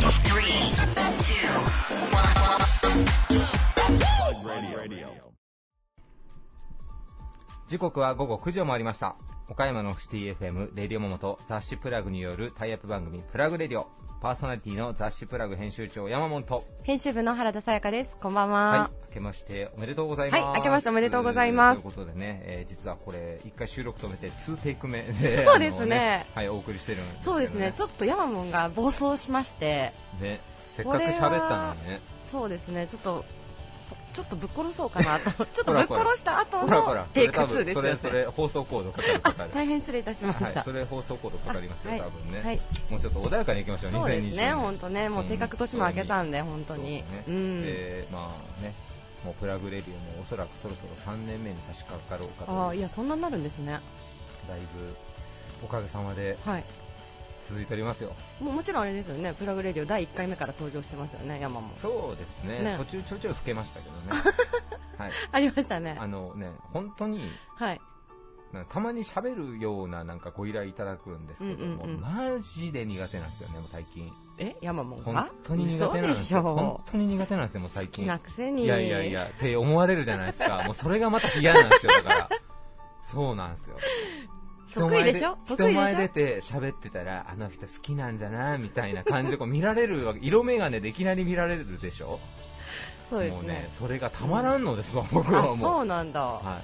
時刻は午後9時を回りました。岡山のシティ FM レディオモモと雑誌プラグによるタイアップ番組プラグレディオ、パーソナリティの雑誌プラグ編集長山本と編集部の原田さやかです。こんばんは。 はい、明けましておめでとうございます。 はい、明けましておめでとうございます。 ということでね、実はこれ1回収録止めて2テイク目でそうですね、 はい、お送りしてるんですけどね。 そうですね、ちょっと山本が暴走しましてね、せっかく喋ったのにね。 そうですね、ちょっとぶっ殺そうかなとちょっとぶっ殺した後のテイク2ですよね。 それ放送コードかかる。 大変失礼いたしました。 はい、それ放送コードかかりますよ、 はい、 多分ね、 はい、 もうちょっと穏やかにいきましょう。 そうです 2020 ね、本当ね、もう定格年も明けたんで本当に、 ね、まあね、もうプラグレディオもおそらくそろそろ3年目に差し掛かろうかと。 あ、いや、そんなになるんですね。 だいぶおかげさまで、はい、続いておりますよ。 もちろんあれですよね、プラグレディオ第1回目から登場してますよね、山も。 そうですね、途中ちょいちょい老けましたけどねはい、 ありましたね。 本当に、はい、たまに喋るようななんかご依頼いただくんですけども、マジで苦手なんですよね、もう最近。 山も本当に苦手なんですよ。本当に苦手なんですよ、もう最近。 好きなくせに。 いやって思われるじゃないですか。もうそれがまた嫌なんですよ、だからそうなんですよ。 得意でしょ。 人前出て喋ってたら、あの人好きなんじゃなみたいな感じでこう見られるわけ。色眼鏡でいきなり見られるでしょ。 そうですね、 もうね、それがたまらんのですわ、僕はもう。 そうなんだ。 はい、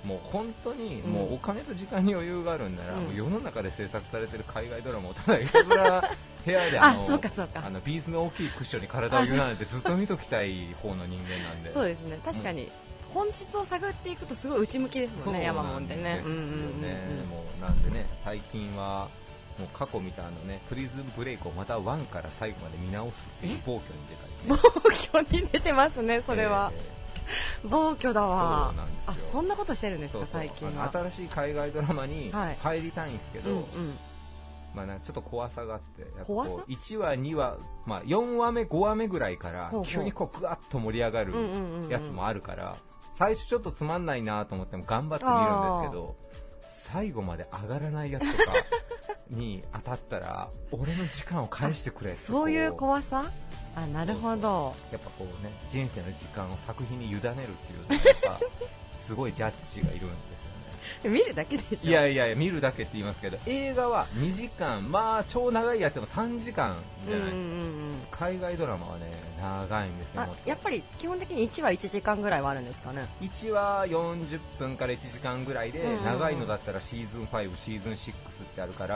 もう本当に、もうお金と時間に余裕があるんなら、もう世の中で制作されてる海外ドラマをただひたすら部屋でビーズの大きいクッションに体を委ねてずっと見ときたい方の人間なんで。 そうですね、確かに本質を探っていくとすごい内向きですもんね、山本ってね。 もうなんでね、最近はもう過去見たプリズンブレイクをまた1から最後まで見直すっていう暴挙に出たりね。 暴挙に出てますね、それは。暴挙だわ。 そうなんですよ。 そんなことしてるんですか、最近は。 新しい海外ドラマに入りたいんですけど、まあ、ちょっと怖さがあって、やっぱ1話、2話、まあ、4話目、5話目ぐらいから急にこうグワッと盛り上がるやつもあるから、最初ちょっとつまんないなと思っても頑張って見るんですけど、最後まで上がらないやつとかに当たったら俺の時間を返してくれって。 そういう怖さ。なるほど。 やっぱこうね、人生の時間を作品に委ねるっていうのがすごいジャッジがいるんですよね。 見るだけでしょ。 いや見るだけって言いますけど、映画は2時間、まあ超長いやつでも3時間じゃないですか。海外ドラマはね、長いんですよ。 やっぱり基本的に1話1時間ぐらいはあるんですかね。 1話40分から1時間ぐらいで、長いのだったらシーズン5、シーズン6ってあるから、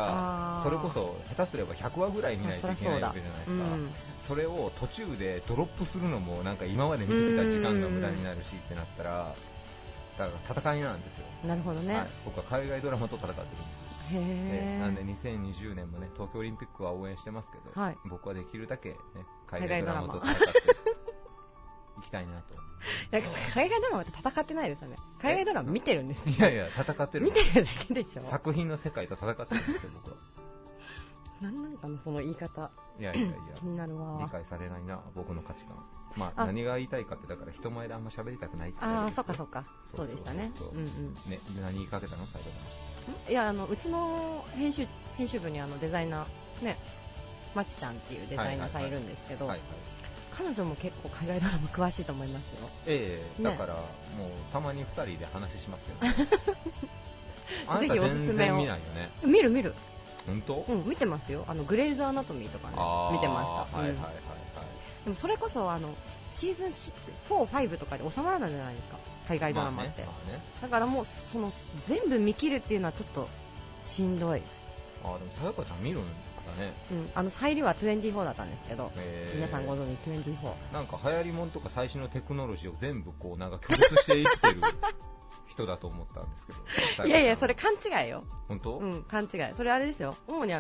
それこそ下手すれば100話ぐらい見ないといけないわけじゃないですか。それを途中でドロップするのもなんか今まで見てきた時間が無駄になるしってなったら、だから戦いなんですよ。 なるほどね、 はい、僕は海外ドラマと戦ってるんです。なんで2020年もね、東京オリンピックは応援してますけど、僕はできるだけ、ね、海外ドラマと戦っていきたいなと。 いや、海外ドラマって戦ってないですよね。海外ドラマ見てるんですよ。 いや戦ってる。 見てるだけでしょ。 作品の世界と戦ってるんですよ、僕は。 なんかのその言い方。 いや気になるわ。 理解されないな、僕の価値観。まあ、何が言いたいかって、だから人前であんま喋りたくないって。 そっかそうでしたね。 ね、何言いかけたの、最後だ。いや、うちの編集部にデザイナーね、まちちゃんっていうデザイナーさんいるんですけど、彼女も結構海外ドラマ詳しいと思いますよ。 だからもうたまに2人で話しますけど、あなた全然見ないよね。 見る。 本当？ 見てますよ。グレイズアナトミーとかね、見てました。でもそれこそシーズン4、5とかで収まらないじゃないですか、海外ドラマって。だからもう全部見切るっていうのはちょっとしんどい。 でもさやかちゃん見るんだね。 入りは24だったんですけど、皆さんご存知24。 なんか流行りもんとか最新のテクノロジーを全部こうなんか拒絶して生きてる人だと思ったんですけど。 いやそれ勘違いよ。 本当？ 勘違い。それあれですよ。主に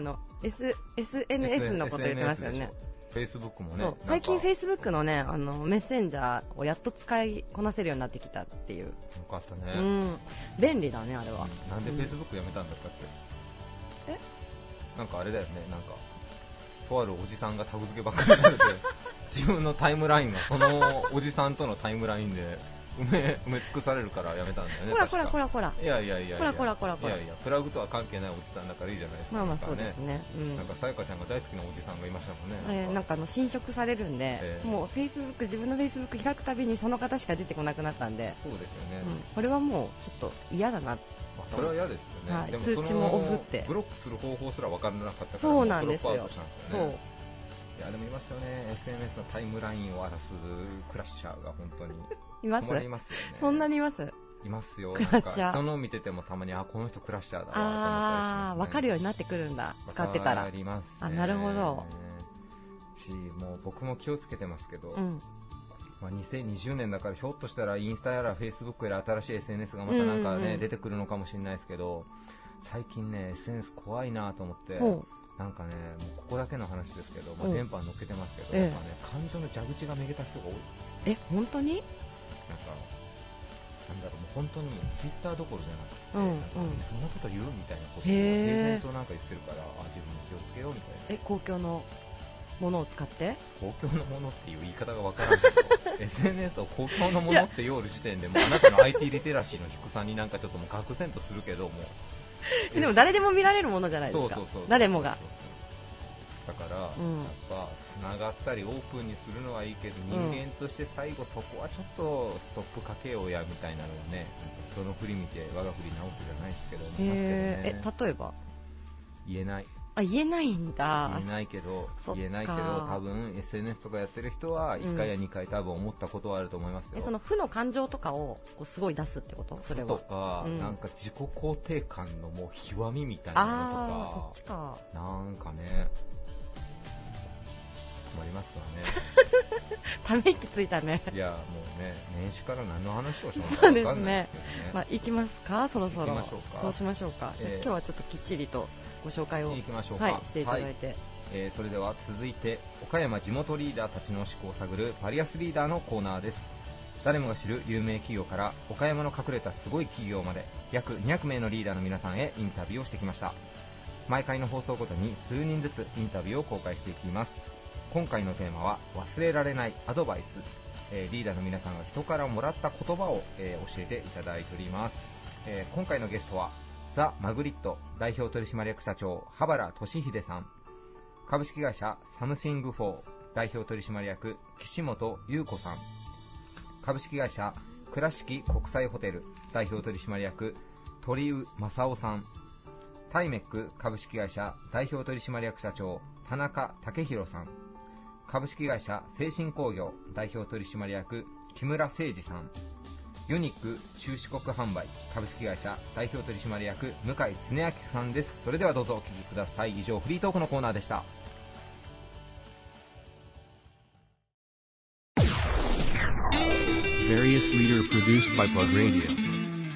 SNS のこと言ってますよね。 フェイスブックもね。 最近フェイスブックのね、メッセンジャーをやっと使いこなせるようになってきたっていう。よかったね。 便利だね、あれは。 なんでフェイスブックやめたんだったっけ？なんかあれだよね、なんかとあるおじさんがタグ付けばっかりされて自分のタイムラインがそのおじさんとのタイムラインで埋め尽くされるからやめたんだよね。 こらいやいやこらプラグとは関係ないおじさんだからいいじゃないですか。 まあそうですね、 なんかさやかちゃんが大好きなおじさんがいましたもんね。 なんか侵食されるんで、もう自分のフェイスブック開くたびにその方しか出てこなくなったんで、 そうですよね、 これはもうちょっと嫌だな。 それは嫌ですよね、でも通知もオフってブロックする方法すら分からなかったから、 そうなんですよ。 ブロックアウトしたんですよね。いやでもいますよね、 SNS のタイムラインを荒らすクラッシャーが本当に困りますよね。 そんなにいますよ。なんか人の見ててもたまにこの人クラッシャーだわと思ったりします、ね、 分かるようになってくるんだ、使ってたら。 分かりますね。 なるほど。 もう僕も気をつけてますけど、2020年だからひょっとしたらインスタやらフェイスブックやら新しい SNS がまたなんかね、出てくるのかもしれないですけど、最近ね SNS 怖いなと思って、なんかね、もうここだけの話ですけど、電波に乗っけてますけど、やっぱね、感情の蛇口がめげた人が多い。 本当に？ なんかなんだろう、もう本当にツイッターどころじゃなくて、なんかそんなこと言うみたいなことを平然となんか言ってるから、自分も気をつけようみたいな。 公共のものを使って？ 公共のものっていう言い方がわからんけどSNS を公共のものって言う時点でもうあなたの IT リテラシーの低さになんかちょっともう愕然とするけどもでも誰でも見られるものじゃないですか。誰もが。 だから、やっぱつながったりオープンにするのはいいけど、人間として最後そこはちょっとストップかけようやみたいなのをね、人の振り見て我が振り直すじゃないですけど思いますけどね。 例えば言えない。 言えないんだ。 言えないけど多分 SNS とかやってる人は1回や2回多分思ったことはあると思いますよ。 その負の感情とかをすごい出すってこと？それはとか、なんか自己肯定感のもう極みみたいなのとか、 そっちか。 なんかね、困りますわね。 ため息ついたね。 いやもうね、年始から何の話をしようか分かんないですけどね。 行きますか、そろそろ。 行きましょうか。 そうしましょうか。今日はちょっときっちりとご紹介をしていただいて、 それでは続いて岡山地元リーダーたちの思考を探るバリアスリーダーのコーナーです。誰もが知る有名企業から岡山の隠れたすごい企業まで約200名のリーダーの皆さんへインタビューをしてきました。毎回の放送ごとに数人ずつインタビューを公開していきます。今回のテーマは忘れられないアドバイス。リーダーの皆さんが人からもらった言葉を、教えていただいております。今回のゲストはザ・マグリット代表取締役社長羽原俊秀さん、株式会社サムシング4代表取締役岸本優子さん、株式会社倉敷国際ホテル代表取締役鳥生正夫さん、タイメック株式会社代表取締役社長田中武弘さん、株式会社精神工業代表取締役木村誠二さん、ユニック中四国販売株式会社代表取締役向井恒明さんです。それではどうぞお聞きください。以上フリートークのコーナーでした。 Various leader produced by Plug Radio。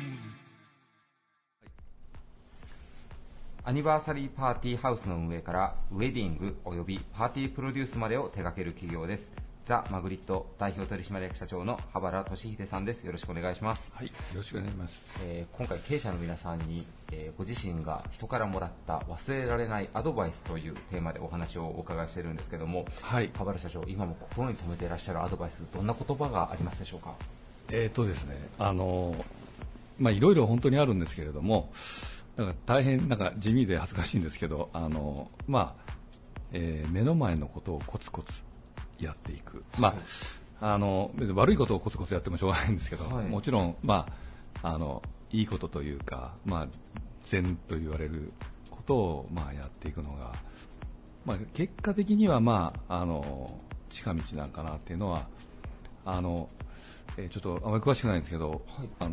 アニバーサリーパーティーハウスの運営からウェディングおよびパーティープロデュースまでを手掛ける企業です。ザ・マグリット代表取締役社長の羽原俊秀さんです。よろしくお願いします。 はい、よろしくお願いします。 今回経営者の皆さんに、ご自身が人からもらった忘れられないアドバイスというテーマでお話をお伺いしているんですけども、はい、羽原社長、今も心に留めていらっしゃるアドバイス、どんな言葉がありますでしょうか？ ですね、いろいろ本当にあるんですけれども、なんか大変なんか地味で恥ずかしいんですけど、目の前のことをコツコツやっていく、別に悪いことをコツコツやってもしょうがないんですけど、はい、もちろん、いいことというか、善と言われることを、やっていくのが、結果的には、近道なんかなっていうのは、ちょっとあまり詳しくないんですけど、はい、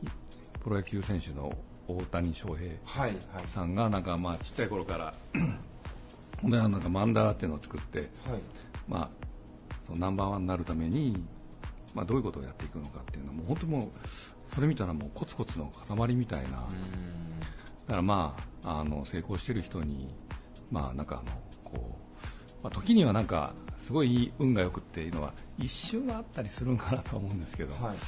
プロ野球選手の大谷翔平さんがなんかちっちゃい頃からなんかマンダラっていうのを作って、はい、そのナンバーワンになるために、どういうことをやっていくのかっていうのも本当にもうそれ見たらもうコツコツの塊みたいな。だから成功してる人になんか時にはなんかすごい運が良くっていうのは一瞬はあったりするんかなとは思うんですけど、はい、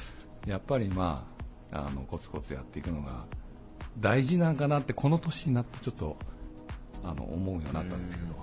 やっぱりコツコツやっていくのが大事なんかなってこの年になってちょっと思うようになったんですけど、はい、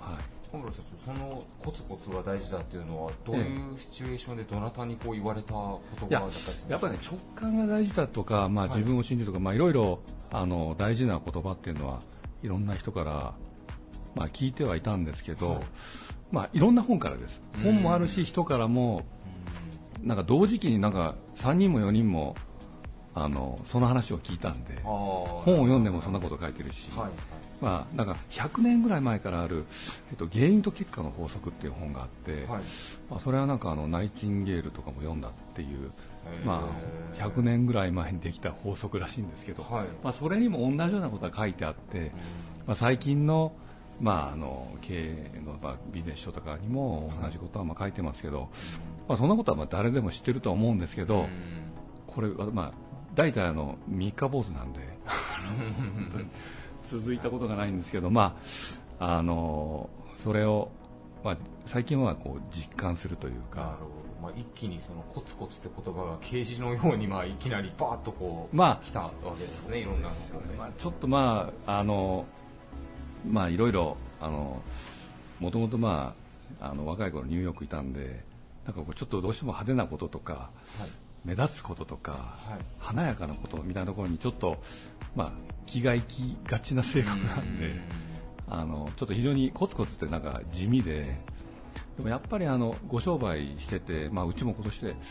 本村社長、そのコツコツが大事だっていうのはどういうシチュエーションでどなたにこう言われた言葉だったりするんですか？ やっぱりね、直感が大事だとか、まあ、自分を信じるとか、はいろいろ大事な言葉っていうのはいろんな人から、まあ、聞いてはいたんですけど、はい、まあ、いろんな本からです。本もあるし、人からもなんか同時期になんか3人も4人もその話を聞いたんで、本を読んでもそんなこと書いてるし、はいはい、まあ、なんか100年ぐらい前からある、原因と結果の法則っていう本があって、はい、まあ、それはなんかナイチンゲールとかも読んだっていう、まあ、100年ぐらい前にできた法則らしいんですけど、はい、まあ、それにも同じようなことが書いてあって、まあ、最近の、まあ、経営の、まあ、ビジネス書とかにも同じことはまあ書いてますけど、まあ、そんなことはまあ誰でも知ってるとは思うんですけど、これはまあ大体三日坊主なんで本当に続いたことがないんですけど、まあ、それを、まあ、最近はこう実感するというか、なるほど、 まあ、一気にそのコツコツって言葉が啓示のように、まあ、いきなりバーッとこう、まあ、来たわけですね、いろんなのがね。 まあ、ちょっとまあまあ、いろいろもともとまあ若い頃ニューヨークいたんで、なんかこうちょっとどうしても派手なこととか、はい、目立つこととか、はい、華やかなことみたいなところにちょっと、まあ、気が行きがちな性格なんで、ちょっと非常にコツコツってなんか地味で、でもやっぱりご商売してて、まあ、うちも今年で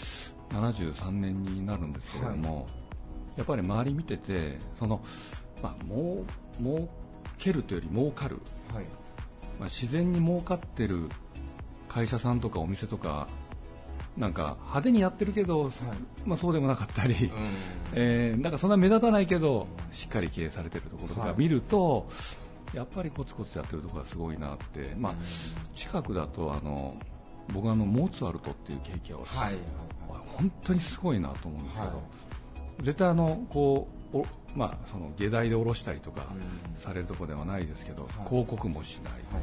73年になるんですけれども、はい、やっぱり周り見てて、まあ、儲けるというより儲かる、はい、まあ、自然に儲かってる会社さんとかお店とか、なんか派手にやってるけど、はい、まあ、そうでもなかったり、なんかそんな目立たないけどしっかり経営されてるところとか見ると、はい、やっぱりコツコツやってるところがすごいなって、まあ、近くだと僕はモーツァルトっていうケーキ屋を、はい、本当にすごいなと思うんですけど、はい、絶対こうまあ、その下代で卸したりとかされるところではないですけど、広告もしない、はい、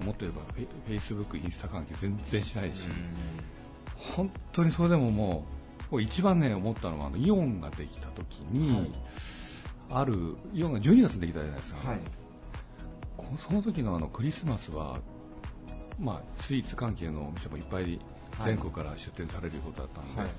もっと言えばフェイスブック、インスタ関係全然しないし、本当にそれでももう一番ね思ったのはイオンができた時に、はい、イオンが12月にできたじゃないですか、はい、その時のクリスマスは、まあ、スイーツ関係のお店もいっぱい全国から出店されることだったので、はい、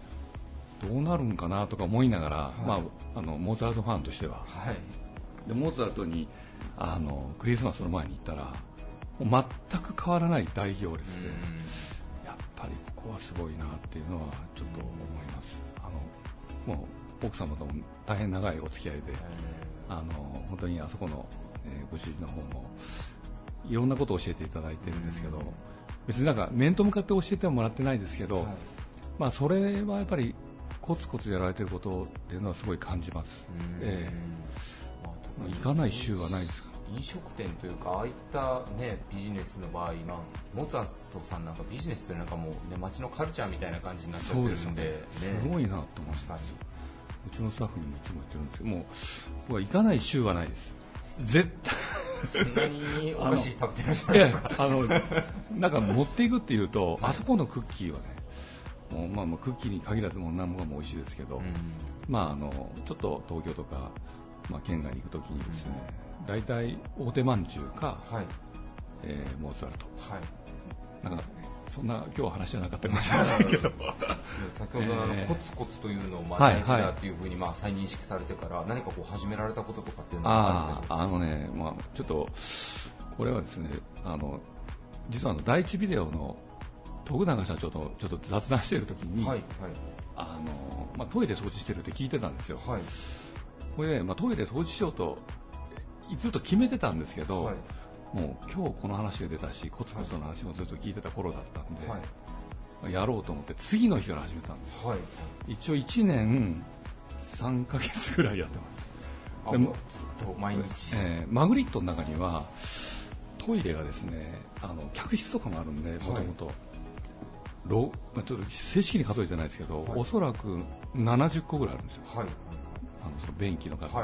どうなるんかなとか思いながら、はい、まあ、モーツァルトファンとしては、はい、でモーツァルトにクリスマスの前に行ったらもう全く変わらない大行列で、やっぱりここはすごいなっていうのはちょっと思います。もう奥様とも大変長いお付き合いで、本当にあそこの、ご主人の方もいろんなことを教えていただいてるんですけど、別になんか面と向かって教えてはもらってないですけど、はい、まあ、それはやっぱりコツコツやられていることっていうのはすごい感じます。まあ、行かない週はないですか？ 飲食店というか、ああいった、ね、ビジネスの場合、まあ、モーツァルトさんなんかビジネスというのはもう、ね、街のカルチャーみたいな感じになっちゃってるんで、 すごいなと思います。うちのスタッフにもいつも言ってるんですけど、もう僕は行かない週はないです。絶対そんなにお菓子食べてらっしゃるんですか？ なんか持っていくっていうと、あそこのクッキーはね、もうまあクッキーに限らずも何もかも美味しいですけど、まあちょっと東京とか、まあ、県外に行くときにですね、大体大手まんじゅうか、はい、モーツァルト、はい、なんかそんな今日は話じゃなかったかもしれませんけど先ほどコツコツというのを大事だというふうにまあ再認識されてから何かこう始められたこととかっていうのはあるんでしょうか？ ね、まあ、ちょっとこれはですね、実は第一ビデオの徳永社長とちょっと雑談しているときに、はいはい、まあ、トイレ掃除してるって聞いてたんですよ。はい、これで、まあ、トイレ掃除しようとずっと決めてたんですけど、はい、もう今日この話が出たし、コツコツの話もずっと聞いてた頃だったんで、はい、やろうと思って次の日から始めたんです、はい、一応1年3ヶ月ぐらいやってます。 でもずっと毎日、 マグリットの中にはトイレがですね、客室とかもあるんで、もともとちょっと正式に数えてないですけど、はい、おそらく70個ぐらいあるんですよ、はい、その便器の数、はい、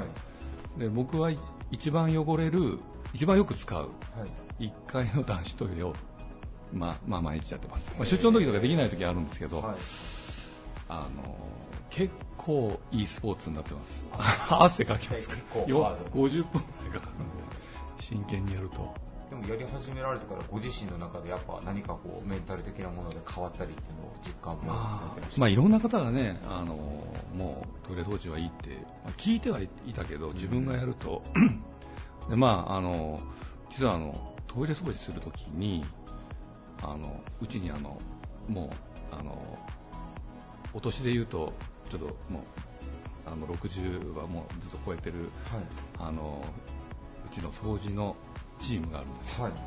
で僕は一番汚れる、一番よく使う1階の男子トイレを、まあ、毎日やってます、まあ、出張の時とかできない時あるんですけど、はい、結構いいスポーツになってます。汗かきますから50分くらいかかるので、真剣にやると。 でもやり始められてからご自身の中でやっぱ何かこうメンタル的なもので変わったりっていうのを実感もされてらっしゃる。 いろんな方がね、もうトイレ掃除はいいって聞いてはいたけど、自分がやるとで、実はトイレ掃除するときにうちにもうお年で言うとちょっともう60はもうずっと超えてる、はい、うちの掃除のチームがあるんですよ、はい、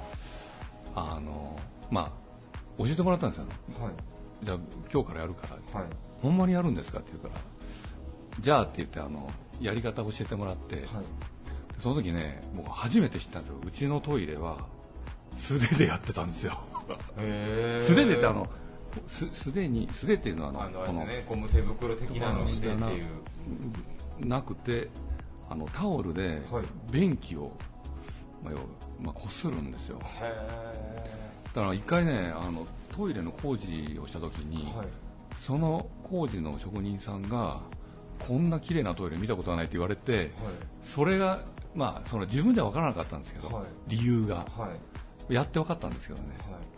教えてもらったんですよ、はい、じゃあ今日からやるから、はい、ほんまにやるんですかって言うから、じゃあって言ってやり方を教えてもらって、はい、その時ね、僕初めて知ったんですよ。うちのトイレは素手でやってたんですよ。素手でって素手っていうのはこのゴム手袋的なのしてっていうなくて、タオルで便器をこするんですよ。だから一回ね、トイレの工事をした時に、はい、その工事の職人さんがこんな綺麗なトイレ見たことはないって言われて、はい、それがその自分では分からなかったんですけど、はい、理由が、はい、やって分かったんですけどね、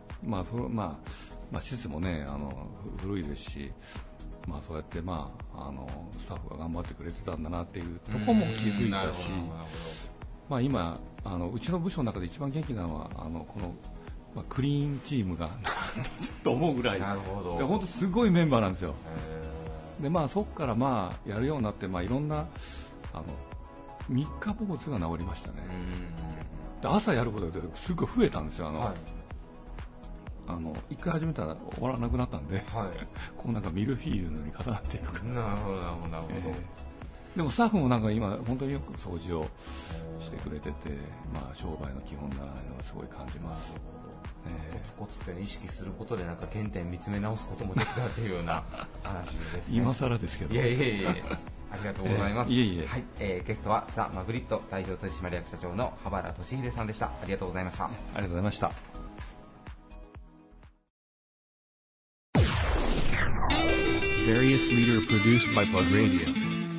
施設もね古いですし、そうやってスタッフが頑張ってくれてたんだなっていうところも気づいたし、今うちの部署の中で一番元気なのはこのクリーンチームがちょっと思うぐらい、本当すごいメンバーなんですよ。でそこからやるようになって、いろんな三日坊主が治りましたね。で朝やることですごい増えたんですよ。一回始めたら終わらなくなったんで、はい、こうなんかミルフィーユのように重なっていくから。なるほど。でもスタッフも今本当によく掃除をしてくれてて、商売の基本だなというのはすごい感じます。 コツコツって意識することで原点見つめ直すこともできたっていうような話ですね。 今更ですけど。 いやありがとうございます。はい、ゲストはザ・マグリット代表取締役社長の羽原俊秀さんでした。ありがとうございました。 ありがとうございました。 Various leader produced by Plug Radio。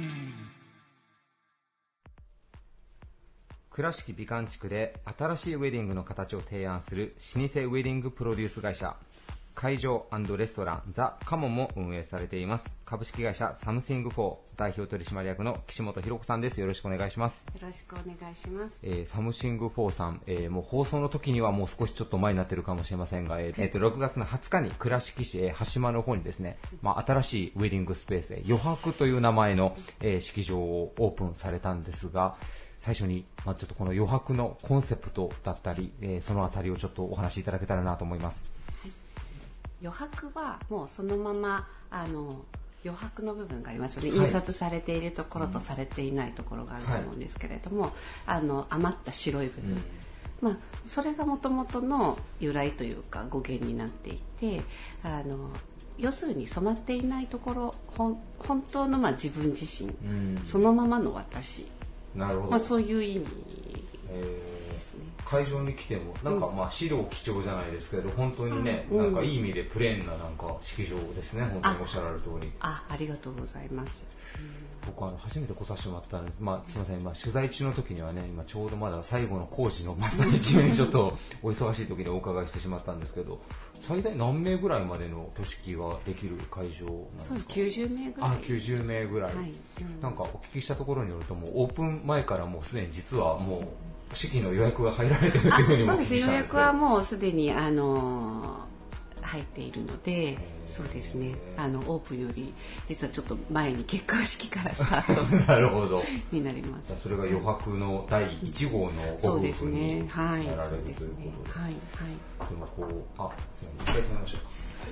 倉敷美観地区で新しいウェディングの形を提案する老舗ウェディングプロデュース会社会場&レストランザ・カモンも運営されています株式会社サムシング4代表取締役の岸本博子さんです。よろしくお願いします。 よろしくお願いします。 サムシング4さん、もう放送の時にはもう少しちょっと前になってるかもしれませんが、6月の20日に倉敷市羽島の方にですね、新しいウェディングスペース余白という名前の、式場をオープンされたんですが、最初に、ちょっとこの余白のコンセプトだったり、そのあたりをちょっとお話しいただけたらなと思います。 はい、余白はもうそのまま余白の部分がありますよね、はい、印刷されているところとされていないところがあると思うんですけれども、余った白い部分、それがもともとの由来というか語源になっていて、要するに染まっていないところ、本当の自分自身、そのままの私、 なるほど、 そういう意味ですね。 会場に来ても白貴重じゃないですけど、本当にね、なんかいい意味でプレーンな式場ですね。本当におっしゃられる通り。 ありがとうございます。 僕初めて来させてもらったんです。すみません、取材中の時にはね、今ちょうどまだ最後の工事の真っ最中にちょっとお忙しい時にお伺いしてしまったんですけど、最大何名ぐらいまでの挙式ができる会場なんですか？そう、 90名ぐらい。 90名ぐらい。なんかお聞きしたところによると、もうオープン前からもうすでに実はもう式の予約が入られてるというふうにもお聞きしたんですけど。 そうです、予約はもうすでに入っているので、そうですね、オープンより実はちょっと前に結婚式からスタートなるほどになります。 それが余白の第1号のご夫婦にやられるということで、でもすみません、一回止めましょうか。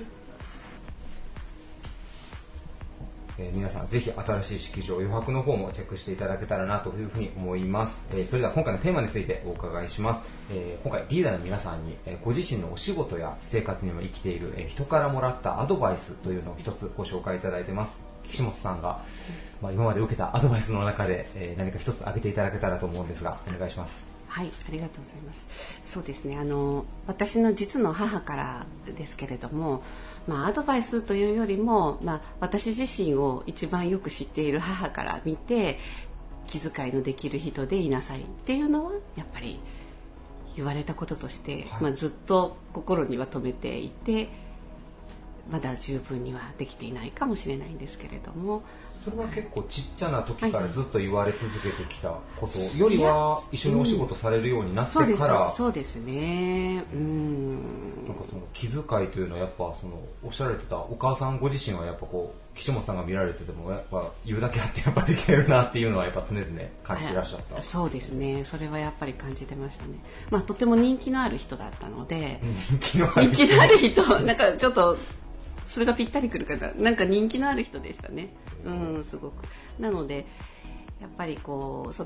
皆さんぜひ新しい式場余白の方もチェックしていただけたらなというふうに思います。それでは今回のテーマについてお伺いします。今回リーダーの皆さんにご自身のお仕事や私生活にも生きている人からもらったアドバイスというのを一つご紹介いただいています。岸本さんが今まで受けたアドバイスの中で何か一つ挙げていただけたらと思うんですが、お願いします。 はい、ありがとうございます。そうですね、私の実の母からですけれども、アドバイスというよりも、私自身を一番よく知っている母から見て、気遣いのできる人でいなさいっていうのはやっぱり言われたこととして、ずっと心には留めていて、まだ十分にはできていないかもしれないんですけれども、 それは結構ちっちゃな時からずっと言われ続けてきたことよりは一緒にお仕事されるようになってから、 そうですね。 なんかその気遣いというのはやっぱそのおっしゃられてたお母さんご自身はやっぱこう岸本さんが見られててもやっぱ言うだけあってやっぱできてるなっていうのはやっぱ常々感じていらっしゃった。 そうですね。それはやっぱり感じてましたね。とても人気のある人だったので、人気のある人なんかちょっとそれがぴったりくるかな。なんか人気のある人でしたね。すごく。なのでやっぱりこう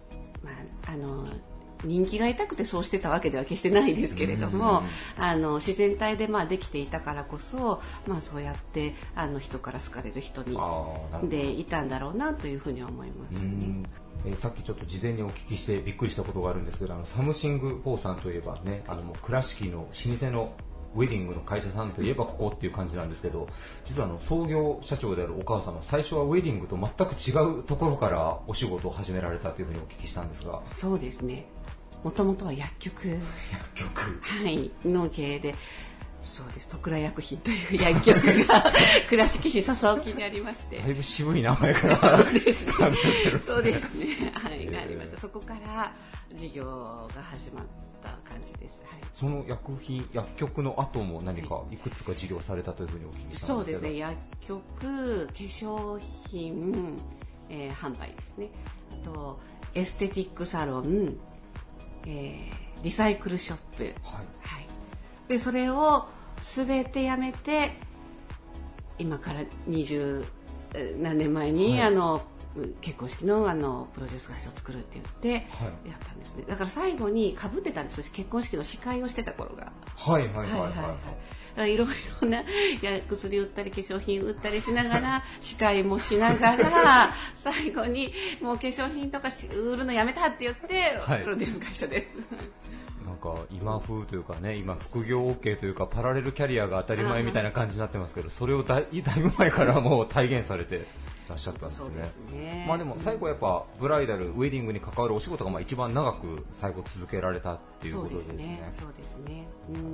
人気がいたくてそうしてたわけでは決してないですけれども、自然体でできていたからこそ、そうやって人から好かれる人にでいたんだろうなというふうに思いますね。 さっきちょっと事前にお聞きしてびっくりしたことがあるんですけど、サムシング4さんといえばね、もう倉敷の老舗のウェディングの会社さんといえばここっていう感じなんですけど、実は創業社長であるお母様、最初はウェディングと全く違うところからお仕事を始められたというふうにお聞きしたんですが。 そうですね。もともとは薬局の経営で、そうです、徳倉薬品という薬局が倉敷市笹沖にありまして、 だいぶ渋い名前からそうですねそうですね、がありました。そこから事業が始まった感じです。 その薬局の後も何かいくつか事業されたというふうにお聞きしたんですけど。 そうですね、薬局、化粧品、販売ですね、あとエステティックサロン、リサイクルショップ、でそれを全てやめて、今から20何年前に、結婚式のプロデュース会社を作るって言ってやったんですね。だから最後に被ってたんです。結婚式の司会をしてた頃が。いろいろな薬売ったり化粧品売ったりしながら司会もしながら最後にもう化粧品とか売るのやめたって言ってプロデュース会社です。 なんか今風というかね、今副業 OK というかパラレルキャリアが当たり前みたいな感じになってますけど、それをだいぶ前からもう体現されてらっしゃったんですね。 そうですね。 でも最後やっぱブライダル、ウェディングに関わるお仕事が一番長く最後続けられたっていうことですね。 そうですね。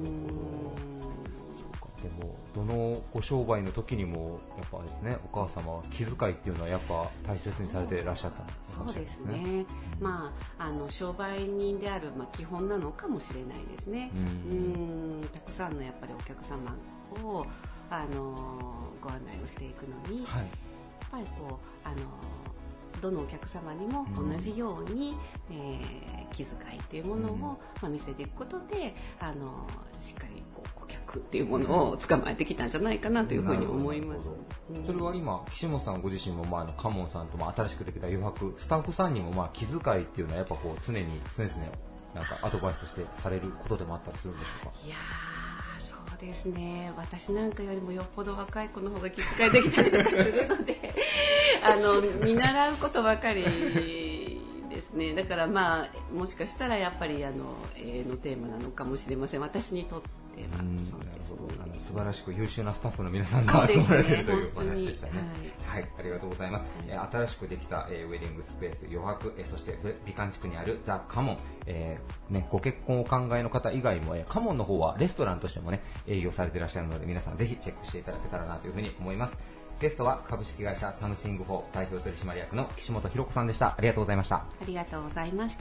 でもどのご商売の時にもやっぱですね、お母様は気遣いっていうのはやっぱ大切にされていらっしゃったかもしれないですね。そうですね。商売人である基本なのかもしれないですね。たくさんのやっぱりお客様をご案内をしていくのに、やっぱりこうどのお客様にも同じように、気遣いというものを、見せていくことでしっかりこう顧客っていうものを捕まえてきたんじゃないかなというふうに思います。 それは今岸本さんご自身もカモンさんとも新しくできた余白スタッフさんにも気遣いっていうのはやっぱこう常々なんかアドバイスとしてされることでもあったりするんでしょうか。 いやー、そうですね。私なんかよりもよっぽど若い子の方が気遣いできたりとかするので見習うことばかりですね。だからもしかしたらやっぱり永遠のテーマなのかもしれません。私にとっては。なるほど。素晴らしく優秀なスタッフの皆さんが集まられているというお話でしたね。はい、ありがとうございます。新しくできた、ウェディングスペース余白、そして美観地区にあるザ・カモン、ご結婚をお考えの方以外も、カモンの方はレストランとしてもね営業されていらっしゃるので、皆さんぜひチェックしていただけたらなというふうに思います。ゲストは株式会社サムシング4代表取締役の岸本博子さんでした。ありがとうございました。 ありがとうございました。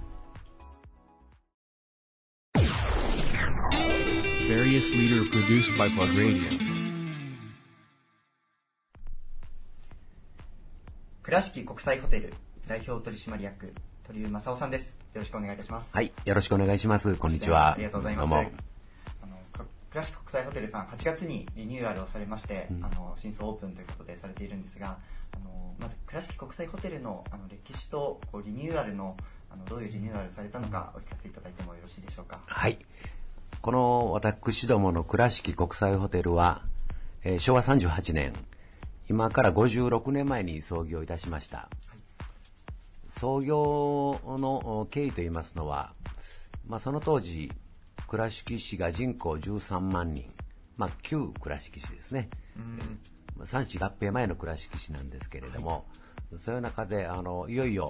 Various leader produced by Plug Radio。 倉敷国際ホテル代表取締役鳥生正夫さんです。よろしくお願いいたします。 はい、よろしくお願いします。こんにちは。 ありがとうございます。倉敷国際ホテルさん8月にリニューアルをされまして、新装オープンということでされているんですが、まず倉敷国際ホテルの歴史とリニューアルのどういうリニューアルされたのかお聞かせいただいてもよろしいでしょうか。 はい、この私どもの倉敷国際ホテルは、昭和38年今から56年前に創業いたしました。創業の経緯といいますのは、その当時倉敷市が人口13万人、旧倉敷市ですね。産市合併前の倉敷市なんですけれども、そういう中でいよいよ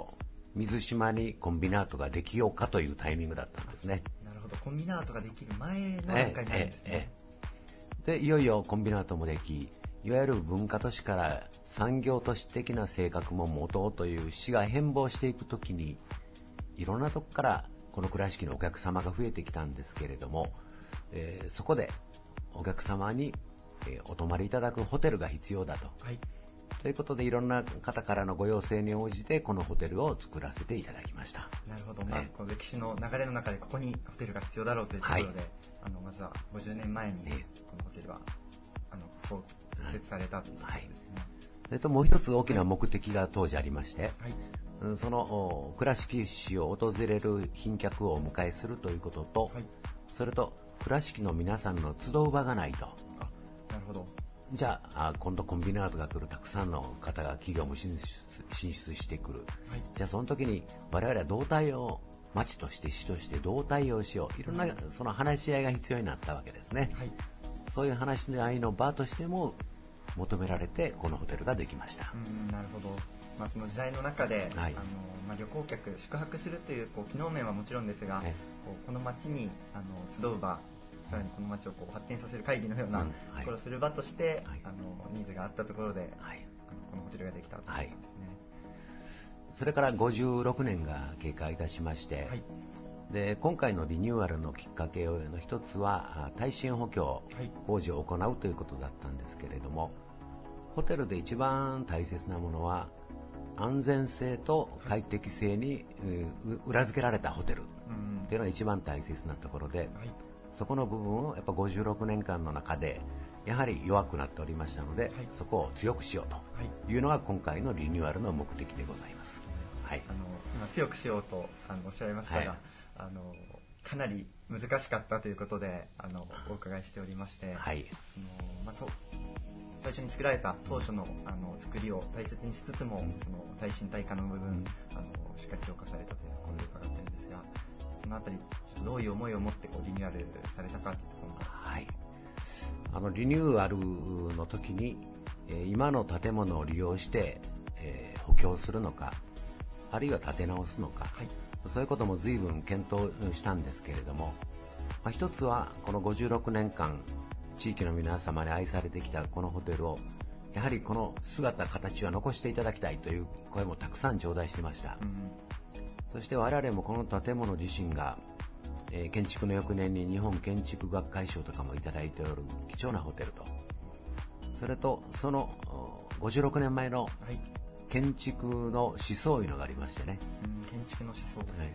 水島にコンビナートができようかというタイミングだったんですね。 なるほど、コンビナートができる前の段階になるんですね。 でいよいよコンビナートもでき、いわゆる文化都市から産業都市的な性格も持とうという市が変貌していくときに、いろんなとこからこの倉敷のお客様が増えてきたんですけれども、そこでお客様に、お泊まりいただくホテルが必要だと、はい、ということでいろんな方からのご要請に応じてこのホテルを作らせていただきました。 なるほど、この歴史の流れの中でここにホテルが必要だろうというところで、はい、まずは50年前にこのホテルはそう設置されたということですね。 それともう一つ大きな目的が当時ありまして、はい、その倉敷市を訪れる賓客をお迎えするということと、はい、それと倉敷の皆さんの集う場がないと。 なるほど。 じゃあ今度コンビナートが来る、たくさんの方が企業も進出してくる、はい、じゃあその時に我々はどう対応、町として市としてどう対応しよう、いろんなその話し合いが必要になったわけですね、はい、そういう話し合いの場としても求められてこのホテルができました。 なるほど。その時代の中で、はい、旅行客宿泊するという機能面はもちろんですが、この町に集う場、さらにこの町を発展させる会議のようなところをする場として、はい、ニーズがあったところで、はい、このホテルができたということですね、はい、 それから56年が経過いたしまして、はい、で今回のリニューアルのきっかけの一つは耐震補強工事を行うということだったんですけれども、ホテルで一番大切なものは安全性と快適性に裏付けられたホテルというのが一番大切なところで、はい、そこの部分をやっぱ56年間の中でやはり弱くなっておりましたので、はい、そこを強くしようというのが今回のリニューアルの目的でございます、はい、 今強くしようとおっしゃいましたが、はい、かなり難しかったということでお伺いしておりまして、はい、最初に作られた当初の作りを大切にしつつも、その耐震耐火の部分、しっかり強化されたというところで伺っているんですが、そのあたりどういう思いを持ってリニューアルされたかというところが、 はい、リニューアルの時に、今の建物を利用して、補強するのか、あるいは建て直すのか、はい、そういうことも随分検討したんですけれども、一つはこの56年間地域の皆様に愛されてきたこのホテルをやはりこの姿形は残していただきたいという声もたくさん頂戴してました、そして我々もこの建物自身が、建築の翌年に日本建築学会賞とかもいただいておる貴重なホテルと、それとその56年前の建築の思想いうのがありましてね、 建築の思想、はい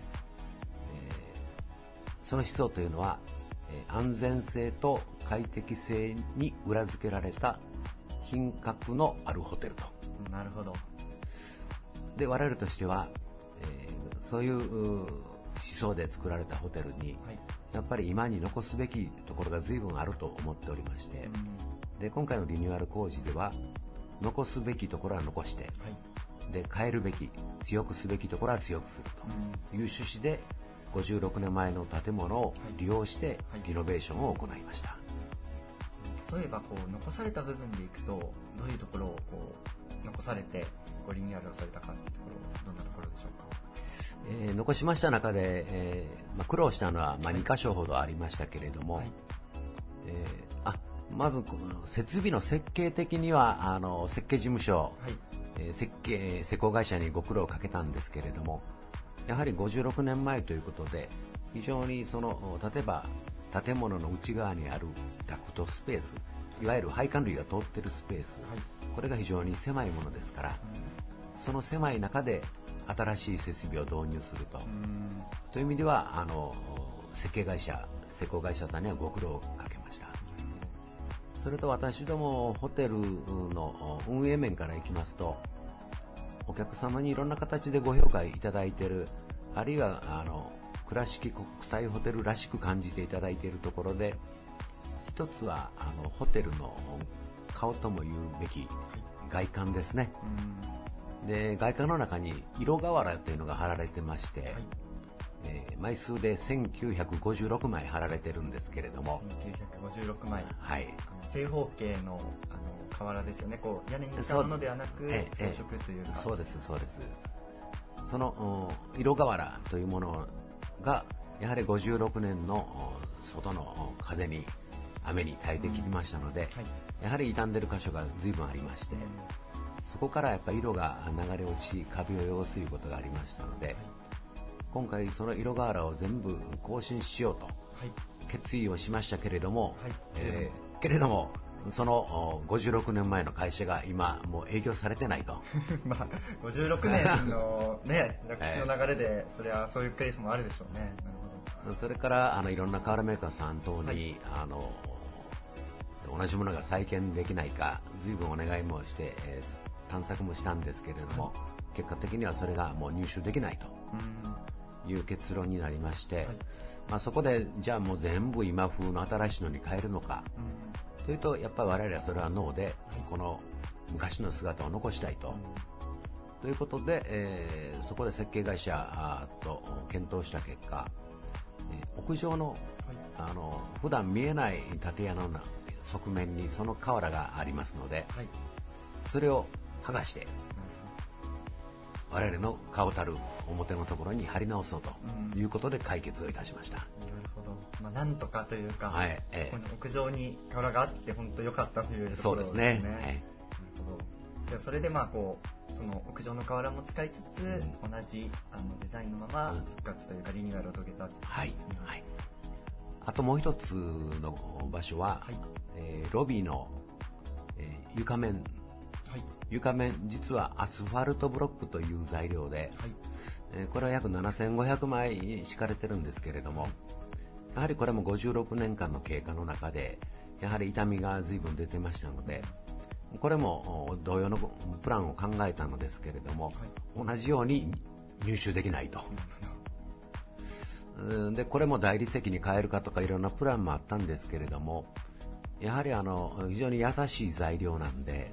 その思想というのは安全性と快適性に裏付けられた品格のあるホテルと。 なるほど。 で我々としては、そういう思想で作られたホテルに、はい、やっぱり今に残すべきところが随分あると思っておりまして、で今回のリニューアル工事では残すべきところは残して、はい、で変えるべき強くすべきところは強くするという趣旨で56年前の建物を利用してリノベーションを行いました、はいはい、例えば残された部分でいくとどういうところを残されてリニューアルをされたかというところ、どんなところでしょうか。 残しました中で、苦労したのは2箇所ほどありましたけれども、はい、まず設備の設計的には設計事務所、はい施工会社にご苦労をかけたんですけれども、やはり56年前ということで非常に例えば建物の内側にあるダクトスペース、いわゆる配管類が通っているスペース、はい、これが非常に狭いものですから、その狭い中で新しい設備を導入するという意味では設計会社施工会社さんにはご苦労をかけました。それと私どもホテルの運営面からいきますと、お客様にいろんな形でご評価いただいている、あるいは倉敷国際ホテルらしく感じていただいているところで、一つはホテルの顔とも言うべき外観ですね。で外観の中に色瓦というのが貼られてまして、はい枚数で1956枚貼られてるんですけれども、 1956枚、はい、正方形の瓦ですよね。屋根に使うものではなく装飾というか。 そうですそうです。 その色瓦というものがやはり56年の外の風に雨に耐えてきましたので、やはり傷んでる箇所が随分ありまして、そこからやっぱり色が流れ落ちカビを汚すということがありましたので、今回その色瓦を全部更新しようと決意をしましたけれども、その56年前の会社が今もう営業されてないとまあ56年のね歴史の流れで、それはそういうケースもあるでしょうね。なるほど。それからいろんな瓦メーカーさん等に、同じものが再建できないか随分お願いもして、探索もしたんですけれども、結果的にはそれがもう入手できないという結論になりまして、そこでじゃあもう全部今風の新しいのに変えるのか、というとやっぱり我々はそれはノーで、この昔の姿を残したいということで、そこで設計会社と検討した結果、屋上の、普段見えない建屋の側面にその瓦がありますので、それを剥がして我々の顔たる表のところに貼り直そうということで解決をいたしました。 なるほど。なんとかというか、この屋上に瓦があって本当良かったというところですね。 そうですね。 なるほど。でそれでその屋上の瓦も使いつつ、同じデザインのまま復活というかリニューアルを遂げたということですね。 あともう一つの場所は、ロビーの、床面、実はアスファルトブロックという材料で、これは約7500枚敷かれてるんですけれども、やはりこれも56年間の経過の中でやはり傷みが随分出てましたので、これも同様のプランを考えたのですけれども、同じように入手できないと。でこれも大理石に変えるかとかいろんなプランもあったんですけれども、やはり非常に優しい材料なんで、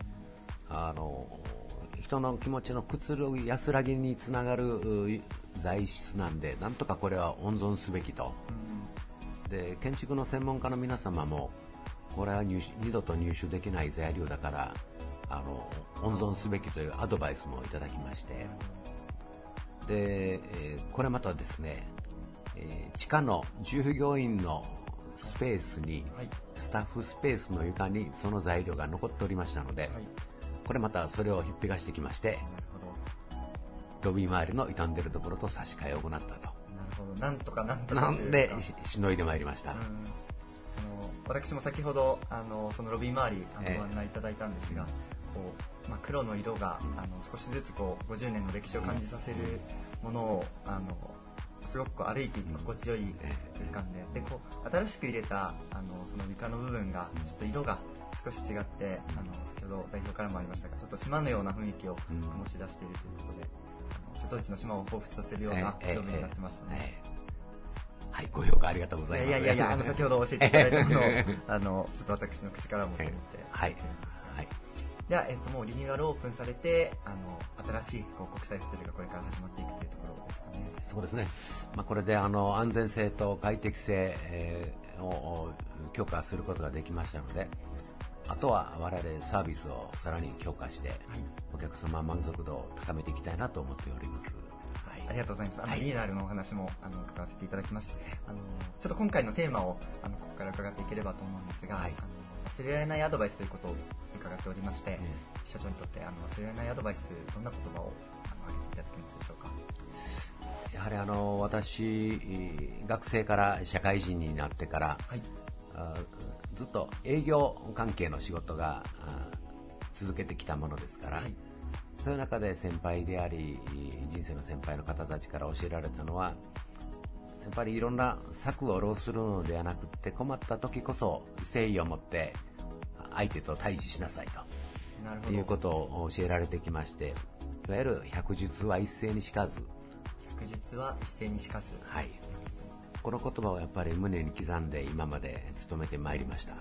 人の気持ちのくつろぎ安らぎにつながる材質なんで、なんとかこれは温存すべきと。で建築の専門家の皆様もこれは二度と入手できない材料だから温存すべきというアドバイスもいただきまして、で、これまたですね、地下の従業員のスペースに、スタッフスペースの床にその材料が残っておりましたので、これまたそれをひっぺがしてきまして、ロビー周りの傷んでるところと差し替えを行ったと。 なるほど。なんとかなんでしのいでまいりました。 私も先ほどそのロビー周りご案内いただいたんですが、黒の色が少しずつ50年の歴史を感じさせるものをすごく歩いていて心地よい空間で、新しく入れたその床の部分がちょっと色が少し違って、先ほど代表からもありましたが、ちょっと島のような雰囲気を醸し出しているということで、瀬戸内の島を彷彿させるようなロビーになってましたね。 はい、ご評価ありがとうございます。 いや先ほど教えていただいたものをちょっと私の口からもと思って、では、もうリニューアルオープンされて、新しい国際ホテルがこれから始まっていくというところですかね。 そうですね。これで安全性と快適性、を強化することができましたので、あとは我々サービスをさらに強化して、お客様満足度を高めていきたいなと思っております。 ありがとうございます。リニューアルのお話も伺わせていただきました。ちょっと今回のテーマをここから伺っていければと思うんですが、忘れられないアドバイスということを伺っておりまして、社長にとって忘れられないアドバイス、どんな言葉を挙げていただけますでしょうか。 やはり私学生から社会人になってから、ずっと営業関係の仕事が続けてきたものですから、そういう中で先輩であり人生の先輩の方たちから教えられたのは、やっぱりいろんな策を浪するのではなくて、困った時こそ誠意を持って相手と対峙しなさいということを教えられてきまして、いわゆる百術は一斉にしかず、 百術は一斉にしかず、 この言葉をやっぱり胸に刻んで今まで努めてまいりました。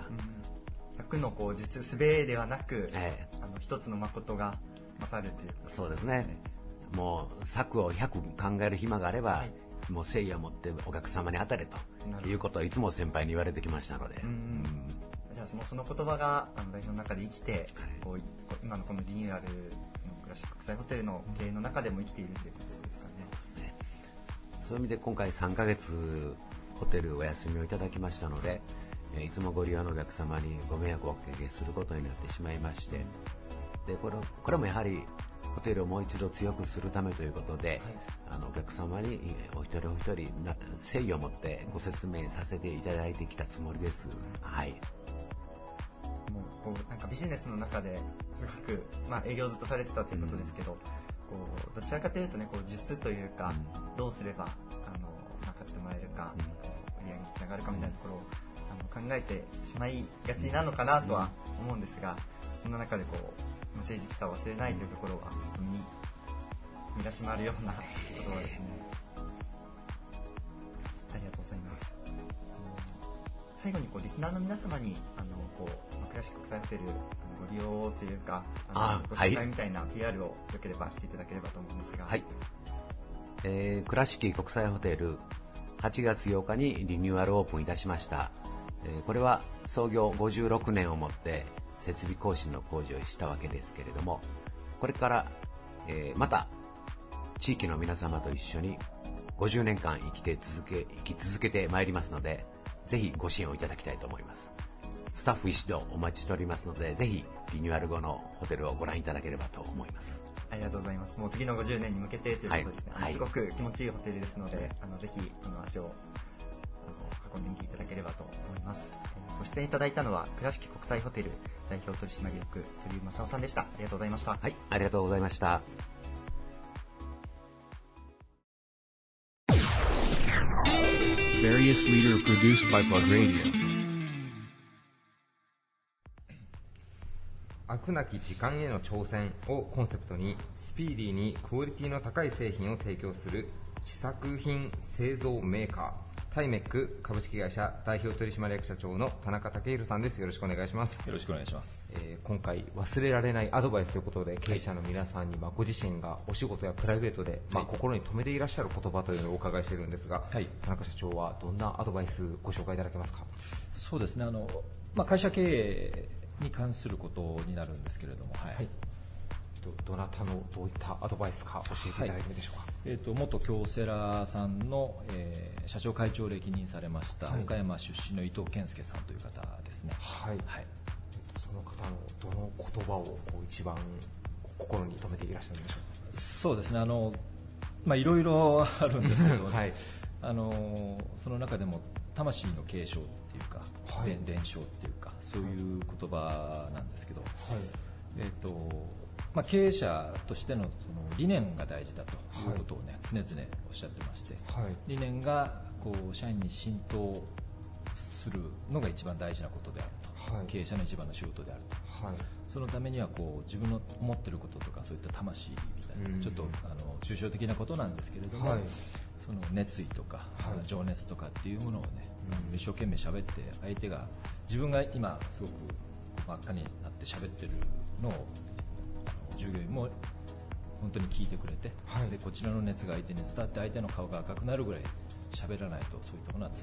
100の術すべではなく、一つの誠が勝るという、 そうですね。もう策を100考える暇があれば、もう誠意を持ってお客様に当たれということをいつも先輩に言われてきましたので、 じゃあもうその言葉が代表の中で生きて、今のこのリニューアル、 倉敷国際ホテルの経営の中でも生きているということですかね。 そういう意味で今回3ヶ月ホテルお休みをいただきましたので、いつもご利用のお客様にご迷惑をおかけすることになってしまいまして、でこれもやはりホテルをもう一度強くするためということで、お客様にお一人お一人誠意を持ってご説明させていただいてきたつもりです。はい。 もうなんかビジネスの中ですごく、営業ずっとされてたということですけど、どちらかというとね、術というか、どうすれば買ってもらえるか、売り上げにつながるかみたいなところを考えてしまいがちなのかなとは思うんですが、そんな中で誠実さを忘れないというところはちょっと身が締まるような言葉ですね。ありがとうございます。最後にリスナーの皆様に倉敷国際ホテルご利用というかご紹介みたいな PR をよければしていただければと思いますが、はい。 倉敷国際ホテル8月8日にリニューアルオープンいたしました。これは創業56年をもって設備更新の工事をしたわけですけれども、これから、また地域の皆様と一緒に50年間生き続けてまいりますので、ぜひご支援をいただきたいと思います。スタッフ一同お待ちしておりますので、ぜひリニューアル後のホテルをご覧いただければと思います。 ありがとうございます。もう次の50年に向けてということですね。すごく気持ちいいホテルですので、ぜひ足を運んでみていただければと思います。ご出演いただいたのは倉敷国際ホテル代表取締役鳥居正夫さんでした。ありがとうございました。 はい、ありがとうございました。 Various Leader produced by Plug Radio。 飽くなき時間への挑戦をコンセプトにスピーディーにクオリティの高い製品を提供する試作品製造メーカータイメック株式会社代表取締役社長の田中武宏さんです。よろしくお願いします。 よろしくお願いします。 今回忘れられないアドバイスということで、経営者の皆さんにご自身がお仕事やプライベートで、心に留めていらっしゃる言葉というのをお伺いしているんですが、田中社長はどんなアドバイスご紹介いただけますか？ そうですね、会社経営に関することになるんですけれども、 どなたのどういったアドバイスか教えていただいていいでしょうか？ 元京セラさんの、社長会長を歴任されました、岡山出身の伊藤健介さんという方ですね。 その方のどの言葉を一番心に留めていらっしゃるんでしょうか？ そうですね、いろいろあるんですけど、その中でも魂の継承っていうか、伝承っていうか、そういう言葉なんですけど、経営者としての、 その理念が大事だということを、常々おっしゃってまして、理念が社員に浸透するのが一番大事なことであると、経営者の一番の仕事であると、そのためには自分の思っていることとか、そういった魂みたいな、ちょっと抽象的なことなんですけれども、その熱意とか、情熱とかっていうものを一生懸命喋って、相手が自分が今すごく真っ赤になって喋ってるのを従業員も本当に聞いてくれて、でこちらの熱が相手に伝わって、相手の顔が赤くなるぐらい喋らないと、そういったものは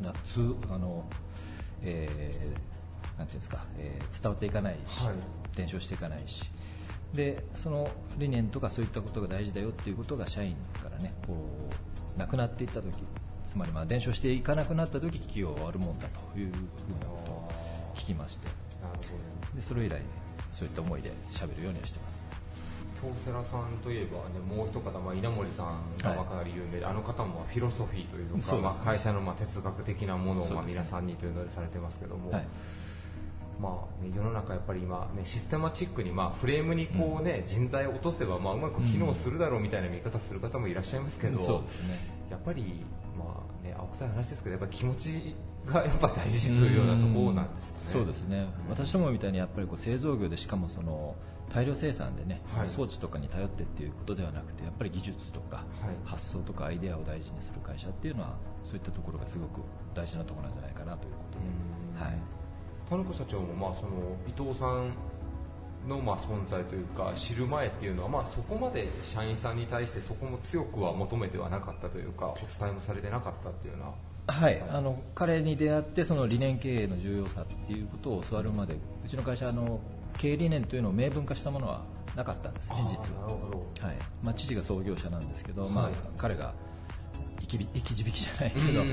なんていうんですか、伝わっていかないし、伝承していかないし、でその理念とかそういったことが大事だよっていうことが社員からね、なくなっていった時、つまり伝承していかなくなった時、企業は終わるもんだというふうなことを聞きまして、でそれ以来そういった思いで喋るようにはしてます。 京セラさんといえば、もう一方、稲森さんがかなり有名で、あの方もフィロソフィーというのか、会社の哲学的なものを皆さんにというのでされてますけども、世の中やっぱり今、システマチックにフレームに人材を落とせばうまく機能するだろうみたいな見方する方もいらっしゃいますけど、やっぱり青臭い話ですけど、やっぱり気持ちがやっぱ大事というようなところなんですね。 そうですね、私どもみたいにやっぱり製造業で、しかもその大量生産で装置とかに頼ってっていうことではなくて、やっぱり技術とか発想とかアイデアを大事にする会社っていうのは、そういったところがすごく大事なところなんじゃないかなということで、 田中社長もその伊藤さんの存在というか知る前っていうのは、そこまで社員さんに対してそこも強くは求めてはなかったというか、お伝えもされてなかったっていうのは、 彼に出会って、その理念経営の重要さっていうことを教わるまで、うちの会社経営理念というのを明文化したものはなかったんですね、実は。はい、父が創業者なんですけど、彼が生き字引じゃないけど、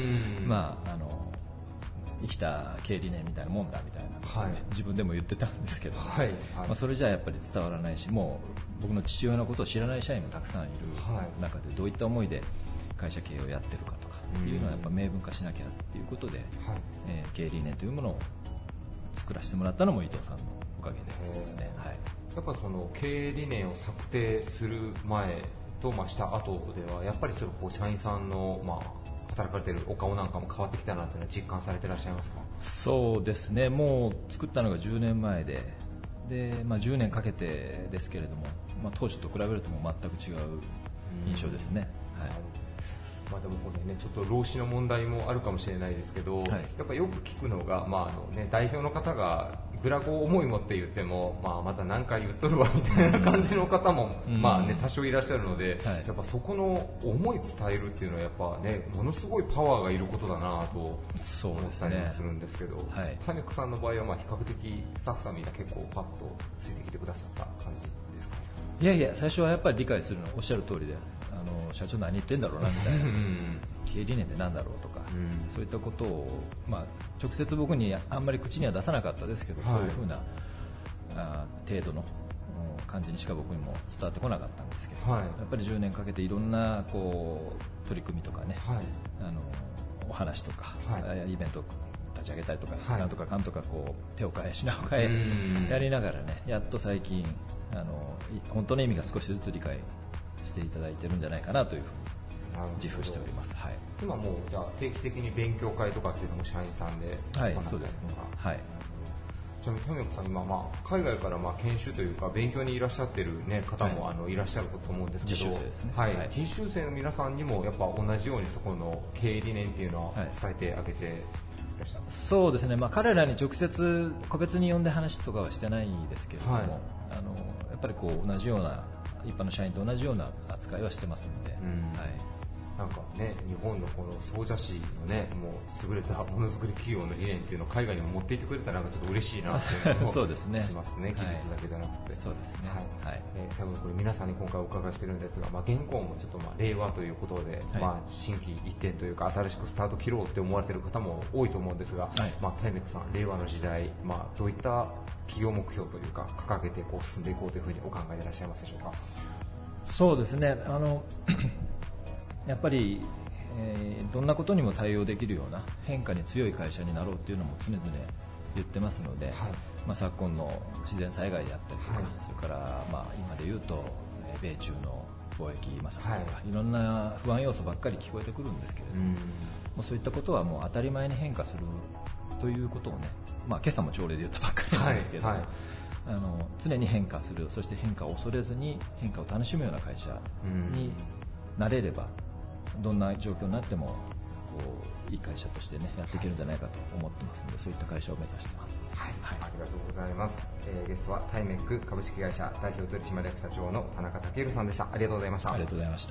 生きた経営理念みたいなもんだみたいな、自分でも言ってたんですけど、それじゃやっぱり伝わらないし、もう僕の父親のことを知らない社員もたくさんいる中で、どういった思いで会社経営をやってるかとかっていうのはやっぱ明文化しなきゃっていうことで、経営理念というものを作らせてもらったのも伊藤さんのおかげですね。 やっぱその経営理念を策定する前とした後ではやっぱりそれ社員さんの働かれているお顔なんかも変わってきたなというのは実感されていらっしゃいますか？ そうですね、もう作ったのが10年前で、10年かけてですけれども、当初と比べるとも全く違う印象ですね。 でもこれね、ちょっと労使の問題もあるかもしれないですけど、やっぱよく聞くのが、代表の方がグラゴを重いもって言っても、また何回言っとるわみたいな感じの方も、多少いらっしゃるので、やっぱそこの思い伝えるっていうのはやっぱね、ものすごいパワーがいることだなと思ったりもするんですけど、タイメックさんの場合は比較的スタッフさんみんな結構パッとついてきてくださった感じですか？ いや最初はやっぱり理解するのはおっしゃる通りで、社長何言ってんだろうなみたいな経営理念って何だろうとか、そういったことを、直接僕にあんまり口には出さなかったですけど、そういうふうな程度の感じにしか僕にも伝わってこなかったんですけど、やっぱり10年かけていろんな取り組みとかね、お話とか、イベント立ち上げたりとか、なんとかかんとか手を変え品を変えやりながらね、やっと最近本当の意味が少しずつ理解していただいてるんじゃないかなというふうに自負しております。 今もうじゃあ定期的に勉強会とかっていうのも社員さんで行そうですね。 ちなみにタイメックさん今、海外から研修というか勉強にいらっしゃってる、方もいらっしゃると思うんですけど、 実習生ですね。 実習生の皆さんにもやっぱ同じようにそこの経営理念っていうのは伝えてあげていらっしゃる？ そうですね、彼らに直接個別に呼んで話とかはしてないんですけれども、やっぱり同じような一般の社員と同じような扱いはしてますので、 なんかね、日本のこの総社市のね、もう優れたものづくり企業の理念っていうのを海外にも持っていってくれたらなんかちょっと嬉しいなっていうのもそうですね、 しますね、技術だけじゃなくて。 そうですね。 最後にこれ皆さんに今回お伺いしてるんですが、現行もちょっと令和ということで、心機一転というか新しくスタート切ろうって思われている方も多いと思うんですが、タイメックさん、令和の時代、どういった企業目標というか掲げて進んでいこうというふうにお考えでいらっしゃいますでしょうか？ そうですね、やっぱり、どんなことにも対応できるような変化に強い会社になろうというのも常々言ってますので、昨今の自然災害であったりとか、それから今で言うと米中の貿易摩擦とか、いろんな不安要素ばっかり聞こえてくるんですけれども、そういったことはもう当たり前に変化するということをね、今朝も朝礼で言ったばっかりなんですけど、常に変化する、そして変化を恐れずに変化を楽しむような会社になれれば、どんな状況になってもいい会社としてね、やっていけるんじゃないかと思ってますので、そういった会社を目指してます。 ありがとうございます。ゲストはタイメック株式会社代表取締役社長の田中武さんでした。ありがとうございました。 ありがとうございました。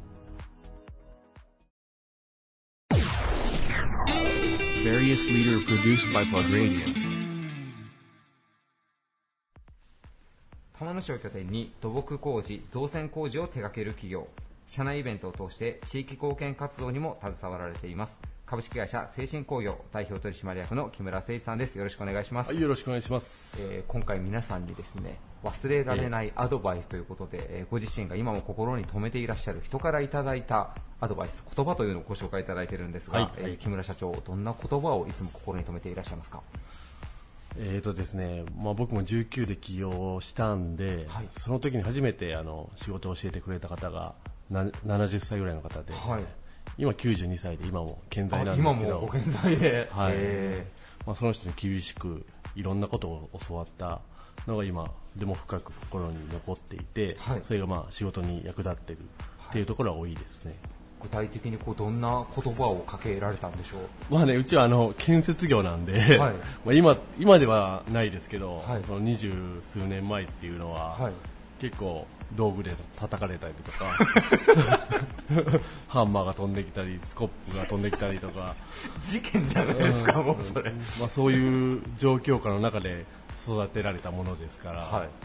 Various Leader produced by Plug Radio。 玉野市を拠点に土木工事、造船工事を手掛ける企業、社内イベントを通して地域貢献活動にも携わられています。株式会社精神工業代表取締役の木村誠一さんです。よろしくお願いします。 よろしくお願いします。 今回皆さんにですね、忘れられないアドバイスということで、ご自身が今も心に留めていらっしゃる人からいただいたアドバイス、言葉というのをご紹介いただいているんですが、木村社長、どんな言葉をいつも心に留めていらっしゃいますか？ ですね、僕も19で起業したんで、その時に初めて仕事を教えてくれた方が70歳ぐらいの方で、今92歳で今も健在なんですけど、 今もご健在で、 その人に厳しくいろんなことを教わったのが今でも深く心に残っていて、それが仕事に役立っているっていうところは多いですね。 具体的にどんな言葉をかけられたんでしょう？ うちは建設業なんで、今ではないですけど、その20数年前っていうのは、結構道具で叩かれたりとかハンマーが飛んできたりスコップが飛んできたりとか事件じゃないですか、もうそれ、 そういう状況下の中で育てられたものですから、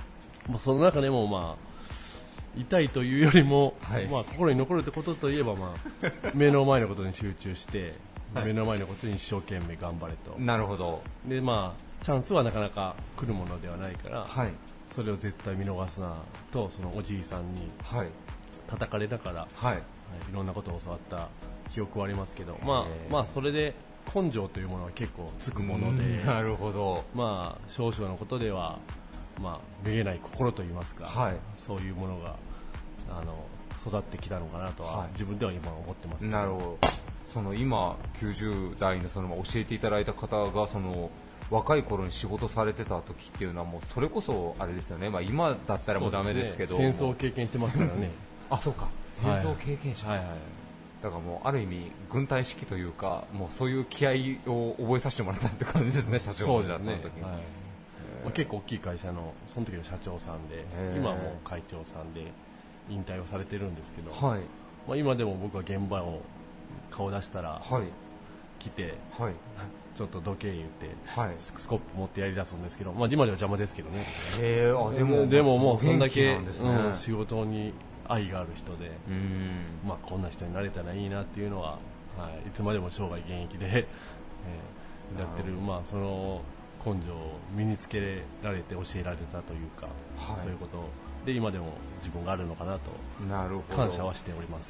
その中でも痛いというよりも、心に残るってことといえば、目の前のことに集中して、目の前のことに一生懸命頑張れと。 なるほど。 で、チャンスはなかなか来るものではないから、それを絶対見逃すなと、そのおじいさんに叩かれながら、いろんなことを教わった記憶はありますけど、それで根性というものは結構つくもので、 なるほど。 少々のことでは、めげない心といいますか、そういうものが育ってきたのかなとは、自分では今思ってますけど。 なるほど。その今90代の教えていただいた方が若い頃に仕事されてた時っていうのはもうそれこそあれですよね。今だったらもうダメですけど、 戦争を経験してますからね。 そうか。戦争経験者。だからもうある意味軍隊式というか、もうそういう気合を覚えさせてもらったって感じですね、社長じゃその時に。 結構大きい会社のその時の社長さんで、今はもう会長さんで引退をされてるんですけど、今でも僕は現場を顔出したら来て、ちょっと時計言って、スコップ持ってやり出すんですけど、今では邪魔ですけどね。でももうそんだけ仕事に愛がある人で、こんな人になれたらいいなっていうのは、いつまでも生涯現役でやってる、その根性を身につけられて教えられたというか、そういうことで今でも自分があるのかなと感謝はしております。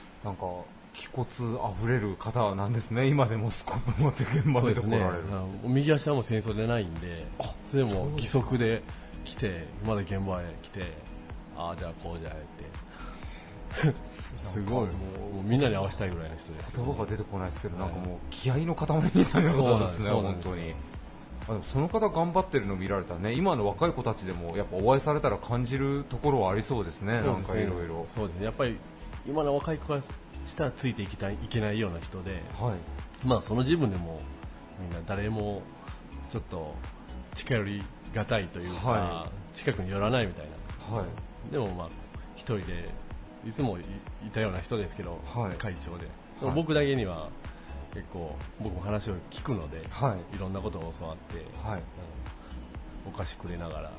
なんか気骨あふれる方なんですね。今でもスコップ持って現場で来られる。 右足はもう戦争でないんで、それも義足で来て、まだ現場へ来て、じゃあこうじゃってすごいもうみんなに合わせたいぐらいの人です。 言葉が出てこないですけど、なんかもう気合の塊みたいなことですね、本当に。その方頑張ってるのを見られたらね、今の若い子たちでもやっぱお会いされたら感じるところはありそうですね。なんかいろいろ。 そうですね。やっぱり今の若い子がしたらついていけないような人で、その自分でもみんな誰もちょっと近寄りがたいというか、近くに寄らないみたいな。でも一人でいつもいたような人ですけど、会長で。でも僕だけには結構僕も話を聞くので、いろんなことを教わって、お菓子くれながら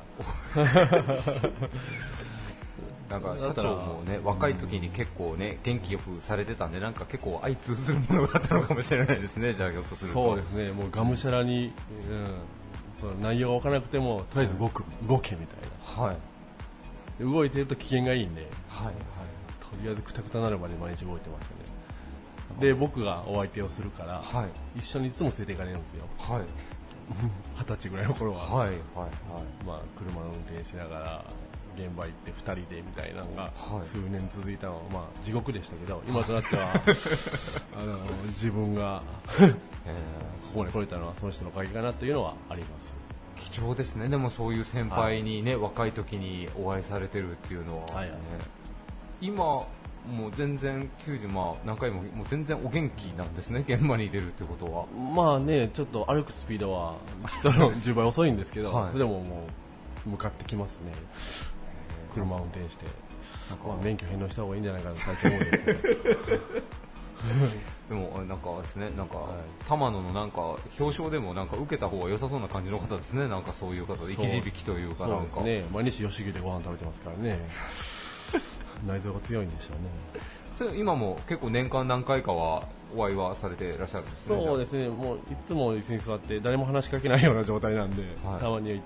なんか社長もね、若い時に結構ね元気よくされてたんで、なんか結構相通ずるものがあったのかもしれないですね。じゃあひょっとすると。 そうですね。もうがむしゃらに、その内容が分からなくてもとりあえず動けみたいな。動いてると機嫌がいいんで、とりあえずクタクタなるまで毎日動いてましたね。で僕がお相手をするから、一緒にいつも連れて行かれるんですよ。20歳ぐらいの頃は、車の運転しながら現場行って2人でみたいなのが数年続いたのは、地獄でしたけど、今となっては自分がここに来れたのはその人のおかげかなというのはあります。 貴重ですね。でもそういう先輩にね、若い時にお会いされてるっていうのは、今もう全然90何回ももう全然お元気なんですね。現場に出るってことは。 ちょっと歩くスピードは人の10倍遅いんですけど、それでももう向かってきますね。車を運転して、免許返納した方がいいんじゃないかなと最近思うんですけど。 でもなんかですね、なんか玉野のなんか表彰でもなんか受けた方が良さそうな感じの方ですね。なんかそういう方で生き字引というか、なんかそうですね。毎日吉牛でご飯食べてますからね。内臓が強いんでしょうね。 それ今も結構年間何回かはお会いはされていらっしゃるんですね。 そうですね。もういつも椅子に座って誰も話しかけないような状態なんで、たまに行って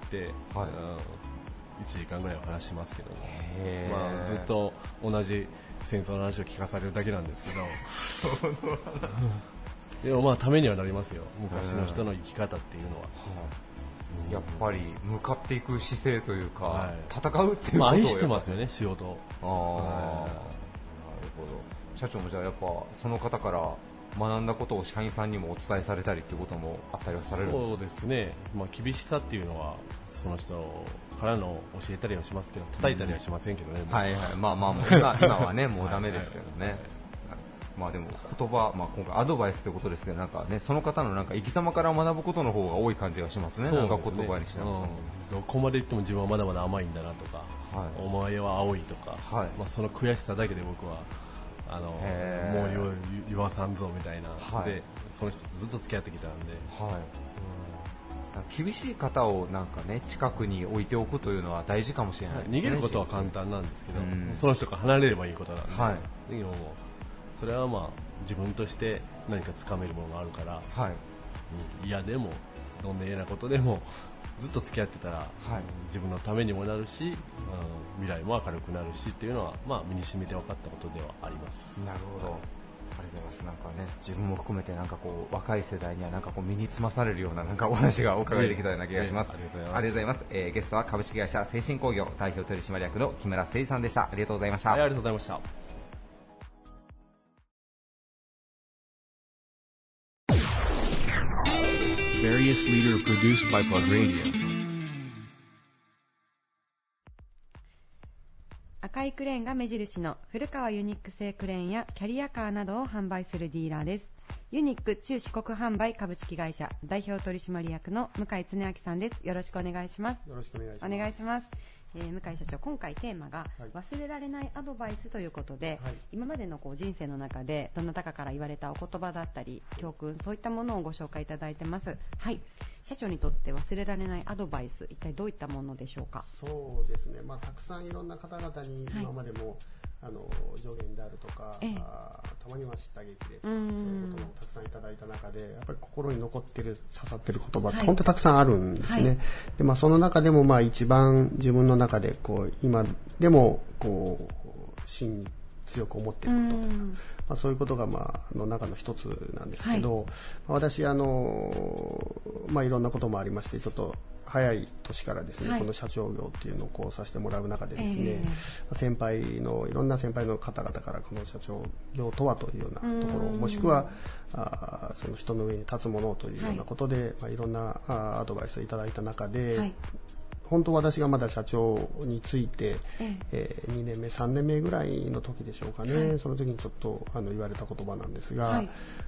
、1時間ぐらいは話しますけどね。ずっと同じ戦争の話を聞かされるだけなんですけどでもためにはなりますよ。昔の人の生き方っていうのは、 やっぱり向かっていく姿勢というか、戦うっていうことを愛してますよね、仕事を。 なるほど。社長もじゃあやっぱその方から学んだことを社員さんにもお伝えされたりっていうこともあったりはされるんですか？ そうですね。厳しさっていうのはその人からの教えたりはしますけど、叩いたりはしませんけどね。 今はねもうダメですけどね。でも言葉、今回アドバイスということですけど、なんかね、その方のなんか生き様から学ぶことの方が多い感じがしますね。なんか言葉にしなくても、 どこまで言っても自分はまだまだ甘いんだなとか、お前は青いとか、その悔しさだけで僕はもう言わさんぞみたいな、でその人とずっと付き合ってきたんで、 厳しい方をなんかね近くに置いておくというのは大事かもしれないですね。 逃げることは簡単なんですけど、その人から離れればいいことなんで、でもそれはまあ自分として何かつかめるものがあるから、嫌でもどんな嫌なことでもずっと付き合ってたら、自分のためにもなるし、未来も明るくなるしっていうのは、まあ、身に染みて分かったことではあります。 なるほど、ありがとうございます。なんかね、自分も含めてなんかこう若い世代にはなんかこう身につまされるようななんかお話がお伺いできたような気がします。ありがとうございます。ゲストは株式会社精神工業代表取締役の木村誠二さんでした。ありがとうございました。 ありがとうございました。 Various Leader produced by Plug Radio。 赤いクレーンが目印の古川ユニック製クレーンやキャリアカーなどを販売するディーラーです。ユニック中四国販売株式会社代表取締役の向井恒明さんです。よろしくお願いします。 よろしくお願いします。 向井社長、今回テーマが、忘れられないアドバイスということで、今までのこう人生の中でどなたかから言われたお言葉だったり教訓、そういったものをご紹介いただいてます。社長にとって忘れられないアドバイス、一体どういったものでしょうか。 そうですね、たくさんいろんな方々に今までも、助言であるとか、たまには知った激励とか、そういうこともたくさんいただいた中で、やっぱり心に残ってる、刺さってる言葉って本当にたくさんあるんですね。で、その中でも一番自分の中でこう今でもこう真に強く思っていることとか、そういうことがの中の一つなんですけど、私いろんなこともありまして、ちょっと早い年からですね、この社長業っていうのをこうさせてもらう中でですね、いろんな先輩の方々からこの社長業とはというようなところ、もしくはその人の上に立つものというようなことで、いろんなアドバイスをいただいた中で、本当私がまだ社長について、2年目3年目ぐらいの時でしょうかね、その時にちょっと言われた言葉なんですが、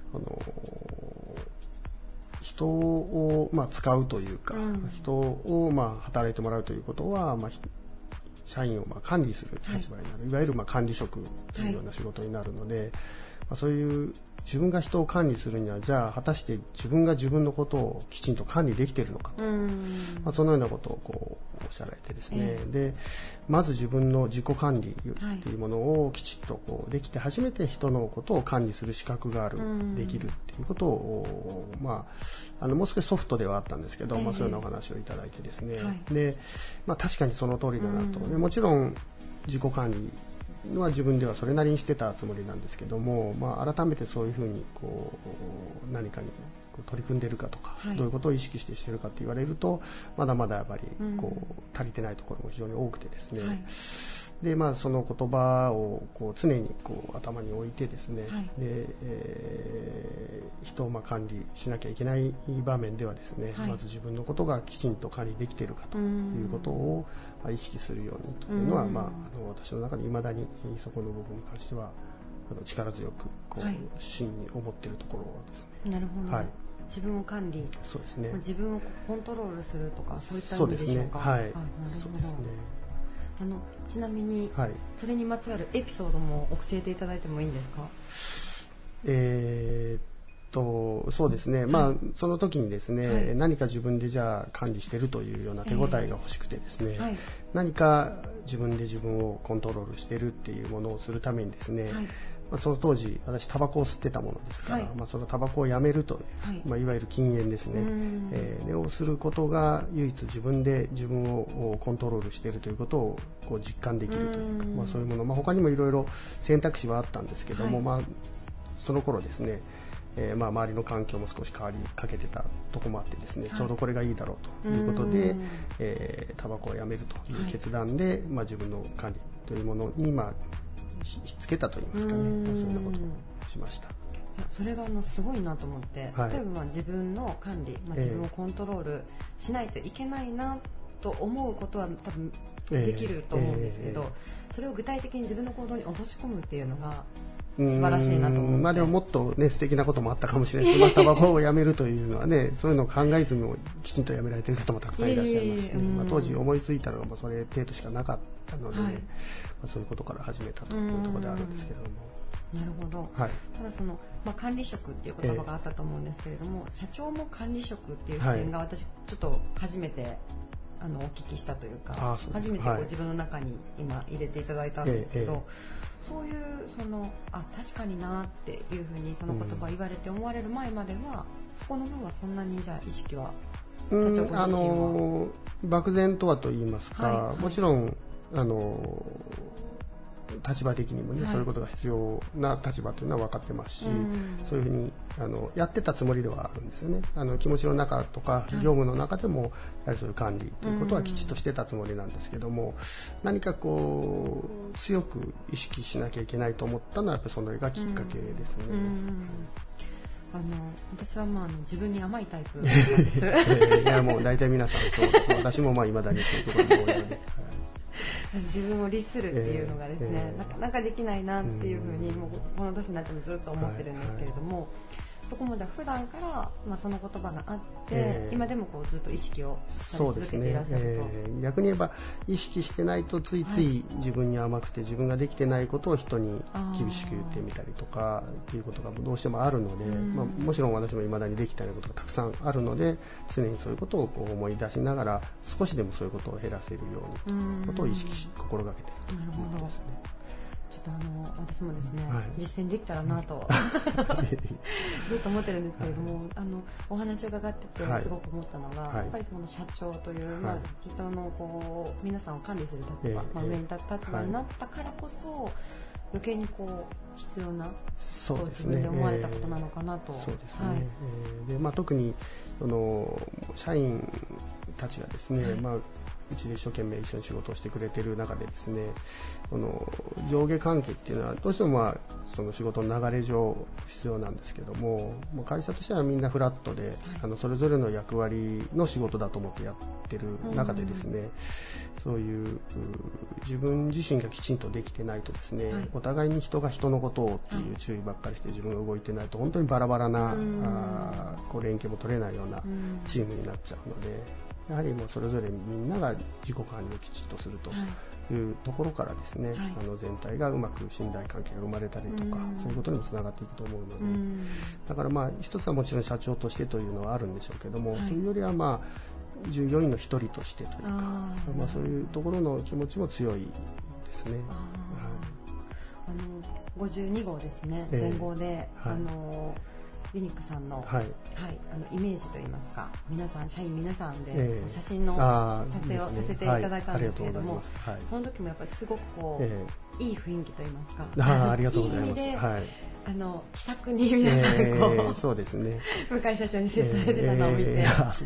人を使うというか、人を働いてもらうということは、社員を管理する立場になる、いわゆる管理職というような仕事になるので、そういう自分が人を管理するには、じゃあ果たして自分が自分のことをきちんと管理できているのかと、そのようなことをこうおっしゃられてですね、でまず自分の自己管理というものをきちっとこうできて、初めて人のことを管理する資格がある、できるっていうことを、もう少しソフトではあったんですけど、そういうようなお話をいただいてですね、で確かにその通りだなと。でもちろん自己管理は自分ではそれなりにしてたつもりなんですけども、改めてそういうふうにこう何かに取り組んでいるかとか、どういうことを意識しているかと言われると、まだまだやっぱりこう足りてないところも非常に多くてですね、でその言葉をこう常にこう頭に置いてですね、で人を管理しなきゃいけない場面ではですね、まず自分のことがきちんと管理できているかということを意識するようにというのは、私の中で未だにそこの部分に関しては力強くこう真に思っているところですね。 なるほど。自分を管理、 そうですね、 自分をコントロールするとか、そういった意味でしょうか。 そうですね。 ちなみに、それにまつわるエピソードも教えていただいてもいいんですか。 そうですね、その時にですね、何か自分でじゃあ管理しているというような手応えが欲しくてですね、何か自分で自分をコントロールしているっていうものをするためにですね、その当時私タバコを吸ってたものですから、そのタバコをやめるという、いわゆる禁煙ですね、をすることが唯一自分で自分をコントロールしているということをこう実感できるというか、そういうもの、他にもいろいろ選択肢はあったんですけども、その頃ですね、周りの環境も少し変わりかけてたところもあってですね、ちょうどこれがいいだろうということで、タバコをやめるという決断で、自分の管理というものにひっつけたといいますかね、そういうようなことをしました。 それがすごいなと思って、例えば自分の管理、自分をコントロールしないといけないなと思うことは多分できると思うんですけど、それを具体的に自分の行動に落とし込むっていうのが素晴らしいなと思って。 でももっとね、素敵なこともあったかもしれないし、タバコをやめるというのはね、そういうのを考えずにもきちんとやめられている方もたくさんいらっしゃいますし、当時思いついたのがそれ程度しかなかったので、そういうことから始めたというところであるんですけれども。 なるほど、はい、ただ管理職っていう言葉があったと思うんですけれども、社長も管理職っていう視点が私ちょっと初めてお聞きしたというか、初めて自分の中に今入れていただいたんですけど、そういう確かになっていうふうにその言葉言われて思われる前までは、そこの分はそんなにじゃあ意識は社長ご自身は漠然とはと言いますか、もちろん立場的にもね、そういうことが必要な立場というのは分かってますし、そういうふうにやってたつもりではあるんですよね。気持ちの中とか業務の中でもやはりそういう管理ということはきちっとしてたつもりなんですけども、何か強く意識しなきゃいけないと思ったのはやっぱりそれがきっかけですね。 私は自分に甘いタイプなんです。 いやもう大体皆さんそうです。私も未だにそういうところも多いので。 自分を律するっていうのがですね、なかなかできないなっていうふうにもうこの年になってもずっと思ってるんですけれども、そこもじゃあ普段から、その言葉があって、今でもずっと意識をされ続けていらっしゃると。 逆に言えば意識してないとついつい自分に甘くて自分ができてないことを人に厳しく言ってみたりとかっていうことがどうしてもあるので、もちろん私も未だにできてないことがたくさんあるので、常にそういうことを思い出しながら少しでもそういうことを減らせるようにということを意識し心がけているということですね。 私もですね、実践できたらなとずっと思ってるんですけれども、お話を伺っててすごく思ったのが、やっぱりその社長という、人の皆さんを管理する立場、上に立つ立場になったからこそ、余計に必要なと自分で思われたことなのかなと。 そうですね。で特に社員たちがですね、うちで一生懸命一緒に仕事をしてくれている中でですね、上下関係っていうのはどうしてもその仕事の流れ上必要なんですけども、会社としてはみんなフラットで、それぞれの役割の仕事だと思ってやっている中でですね、そういう自分自身がきちんとできてないとですね、お互いに人が人のことをっていう注意ばっかりして自分が動いてないと本当にバラバラな連携も取れないようなチームになっちゃうので、やはりもうそれぞれみんなが自己管理をきちっとするというところからですね、全体がうまく信頼関係が生まれたりとか、そういうことにもつながっていくと思うので、だから一つはもちろん社長としてというのはあるんでしょうけども、というよりは従業員の一人としてというか、そういうところの気持ちも強いですね。 52号ですね、前号で、ユニックさんの、イメージといいますか、社員皆さんで写真の撮影をさせていただいたんですけれども、その時もやっぱりすごくいい雰囲気といいますか、 ありがとうございます。 気さくに皆さんそうですね、 向井社長に接されてたのを見て、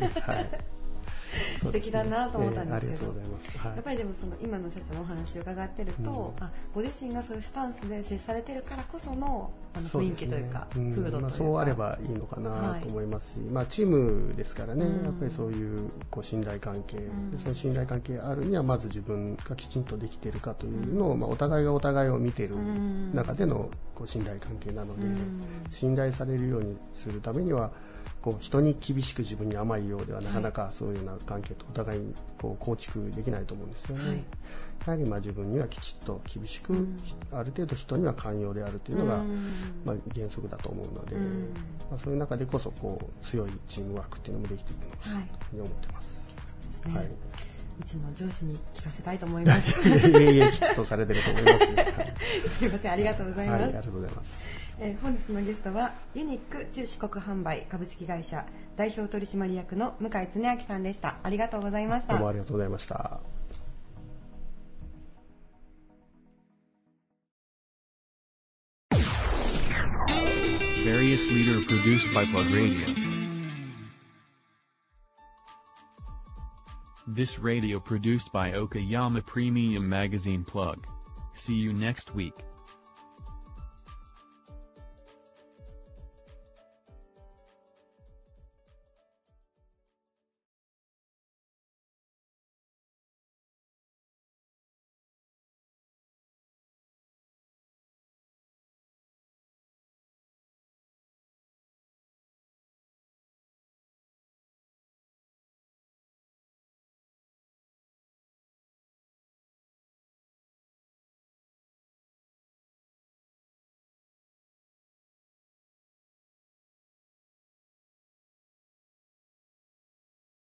素敵だなと思ったんですけど、やっぱりでも今の社長のお話を伺ってると、ご自身がそういうスタンスで接されてるからこその雰囲気というか、風土というか、 そうあればいいのかなと思いますし、チームですからね、やっぱりそういう信頼関係、その信頼関係あるにはまず自分がきちんとできているかというのを、お互いがお互いを見ている中での信頼関係なので、信頼されるようにするためには人に厳しく自分に甘いようではなかなかそういうような関係とお互いに構築できないと思うんですよね。やはり自分にはきちっと厳しく、ある程度人には寛容であるというのが原則だと思うので、そういう中でこそ強いチームワークっていうのもできていくのかなというふうに思ってます。 うちの上司に聞かせたいと思います。 きちっとされてると思います。 すみません、ありがとうございます。 ありがとうございます。 本日のゲストはユニック中四国販売株式会社代表取締役の向井恒明さんでした。ありがとうございました。 どうもありがとうございました。 Various leader produced by Plug Radio. This radio produced by Okayama Premium Magazine Plug. See you next week.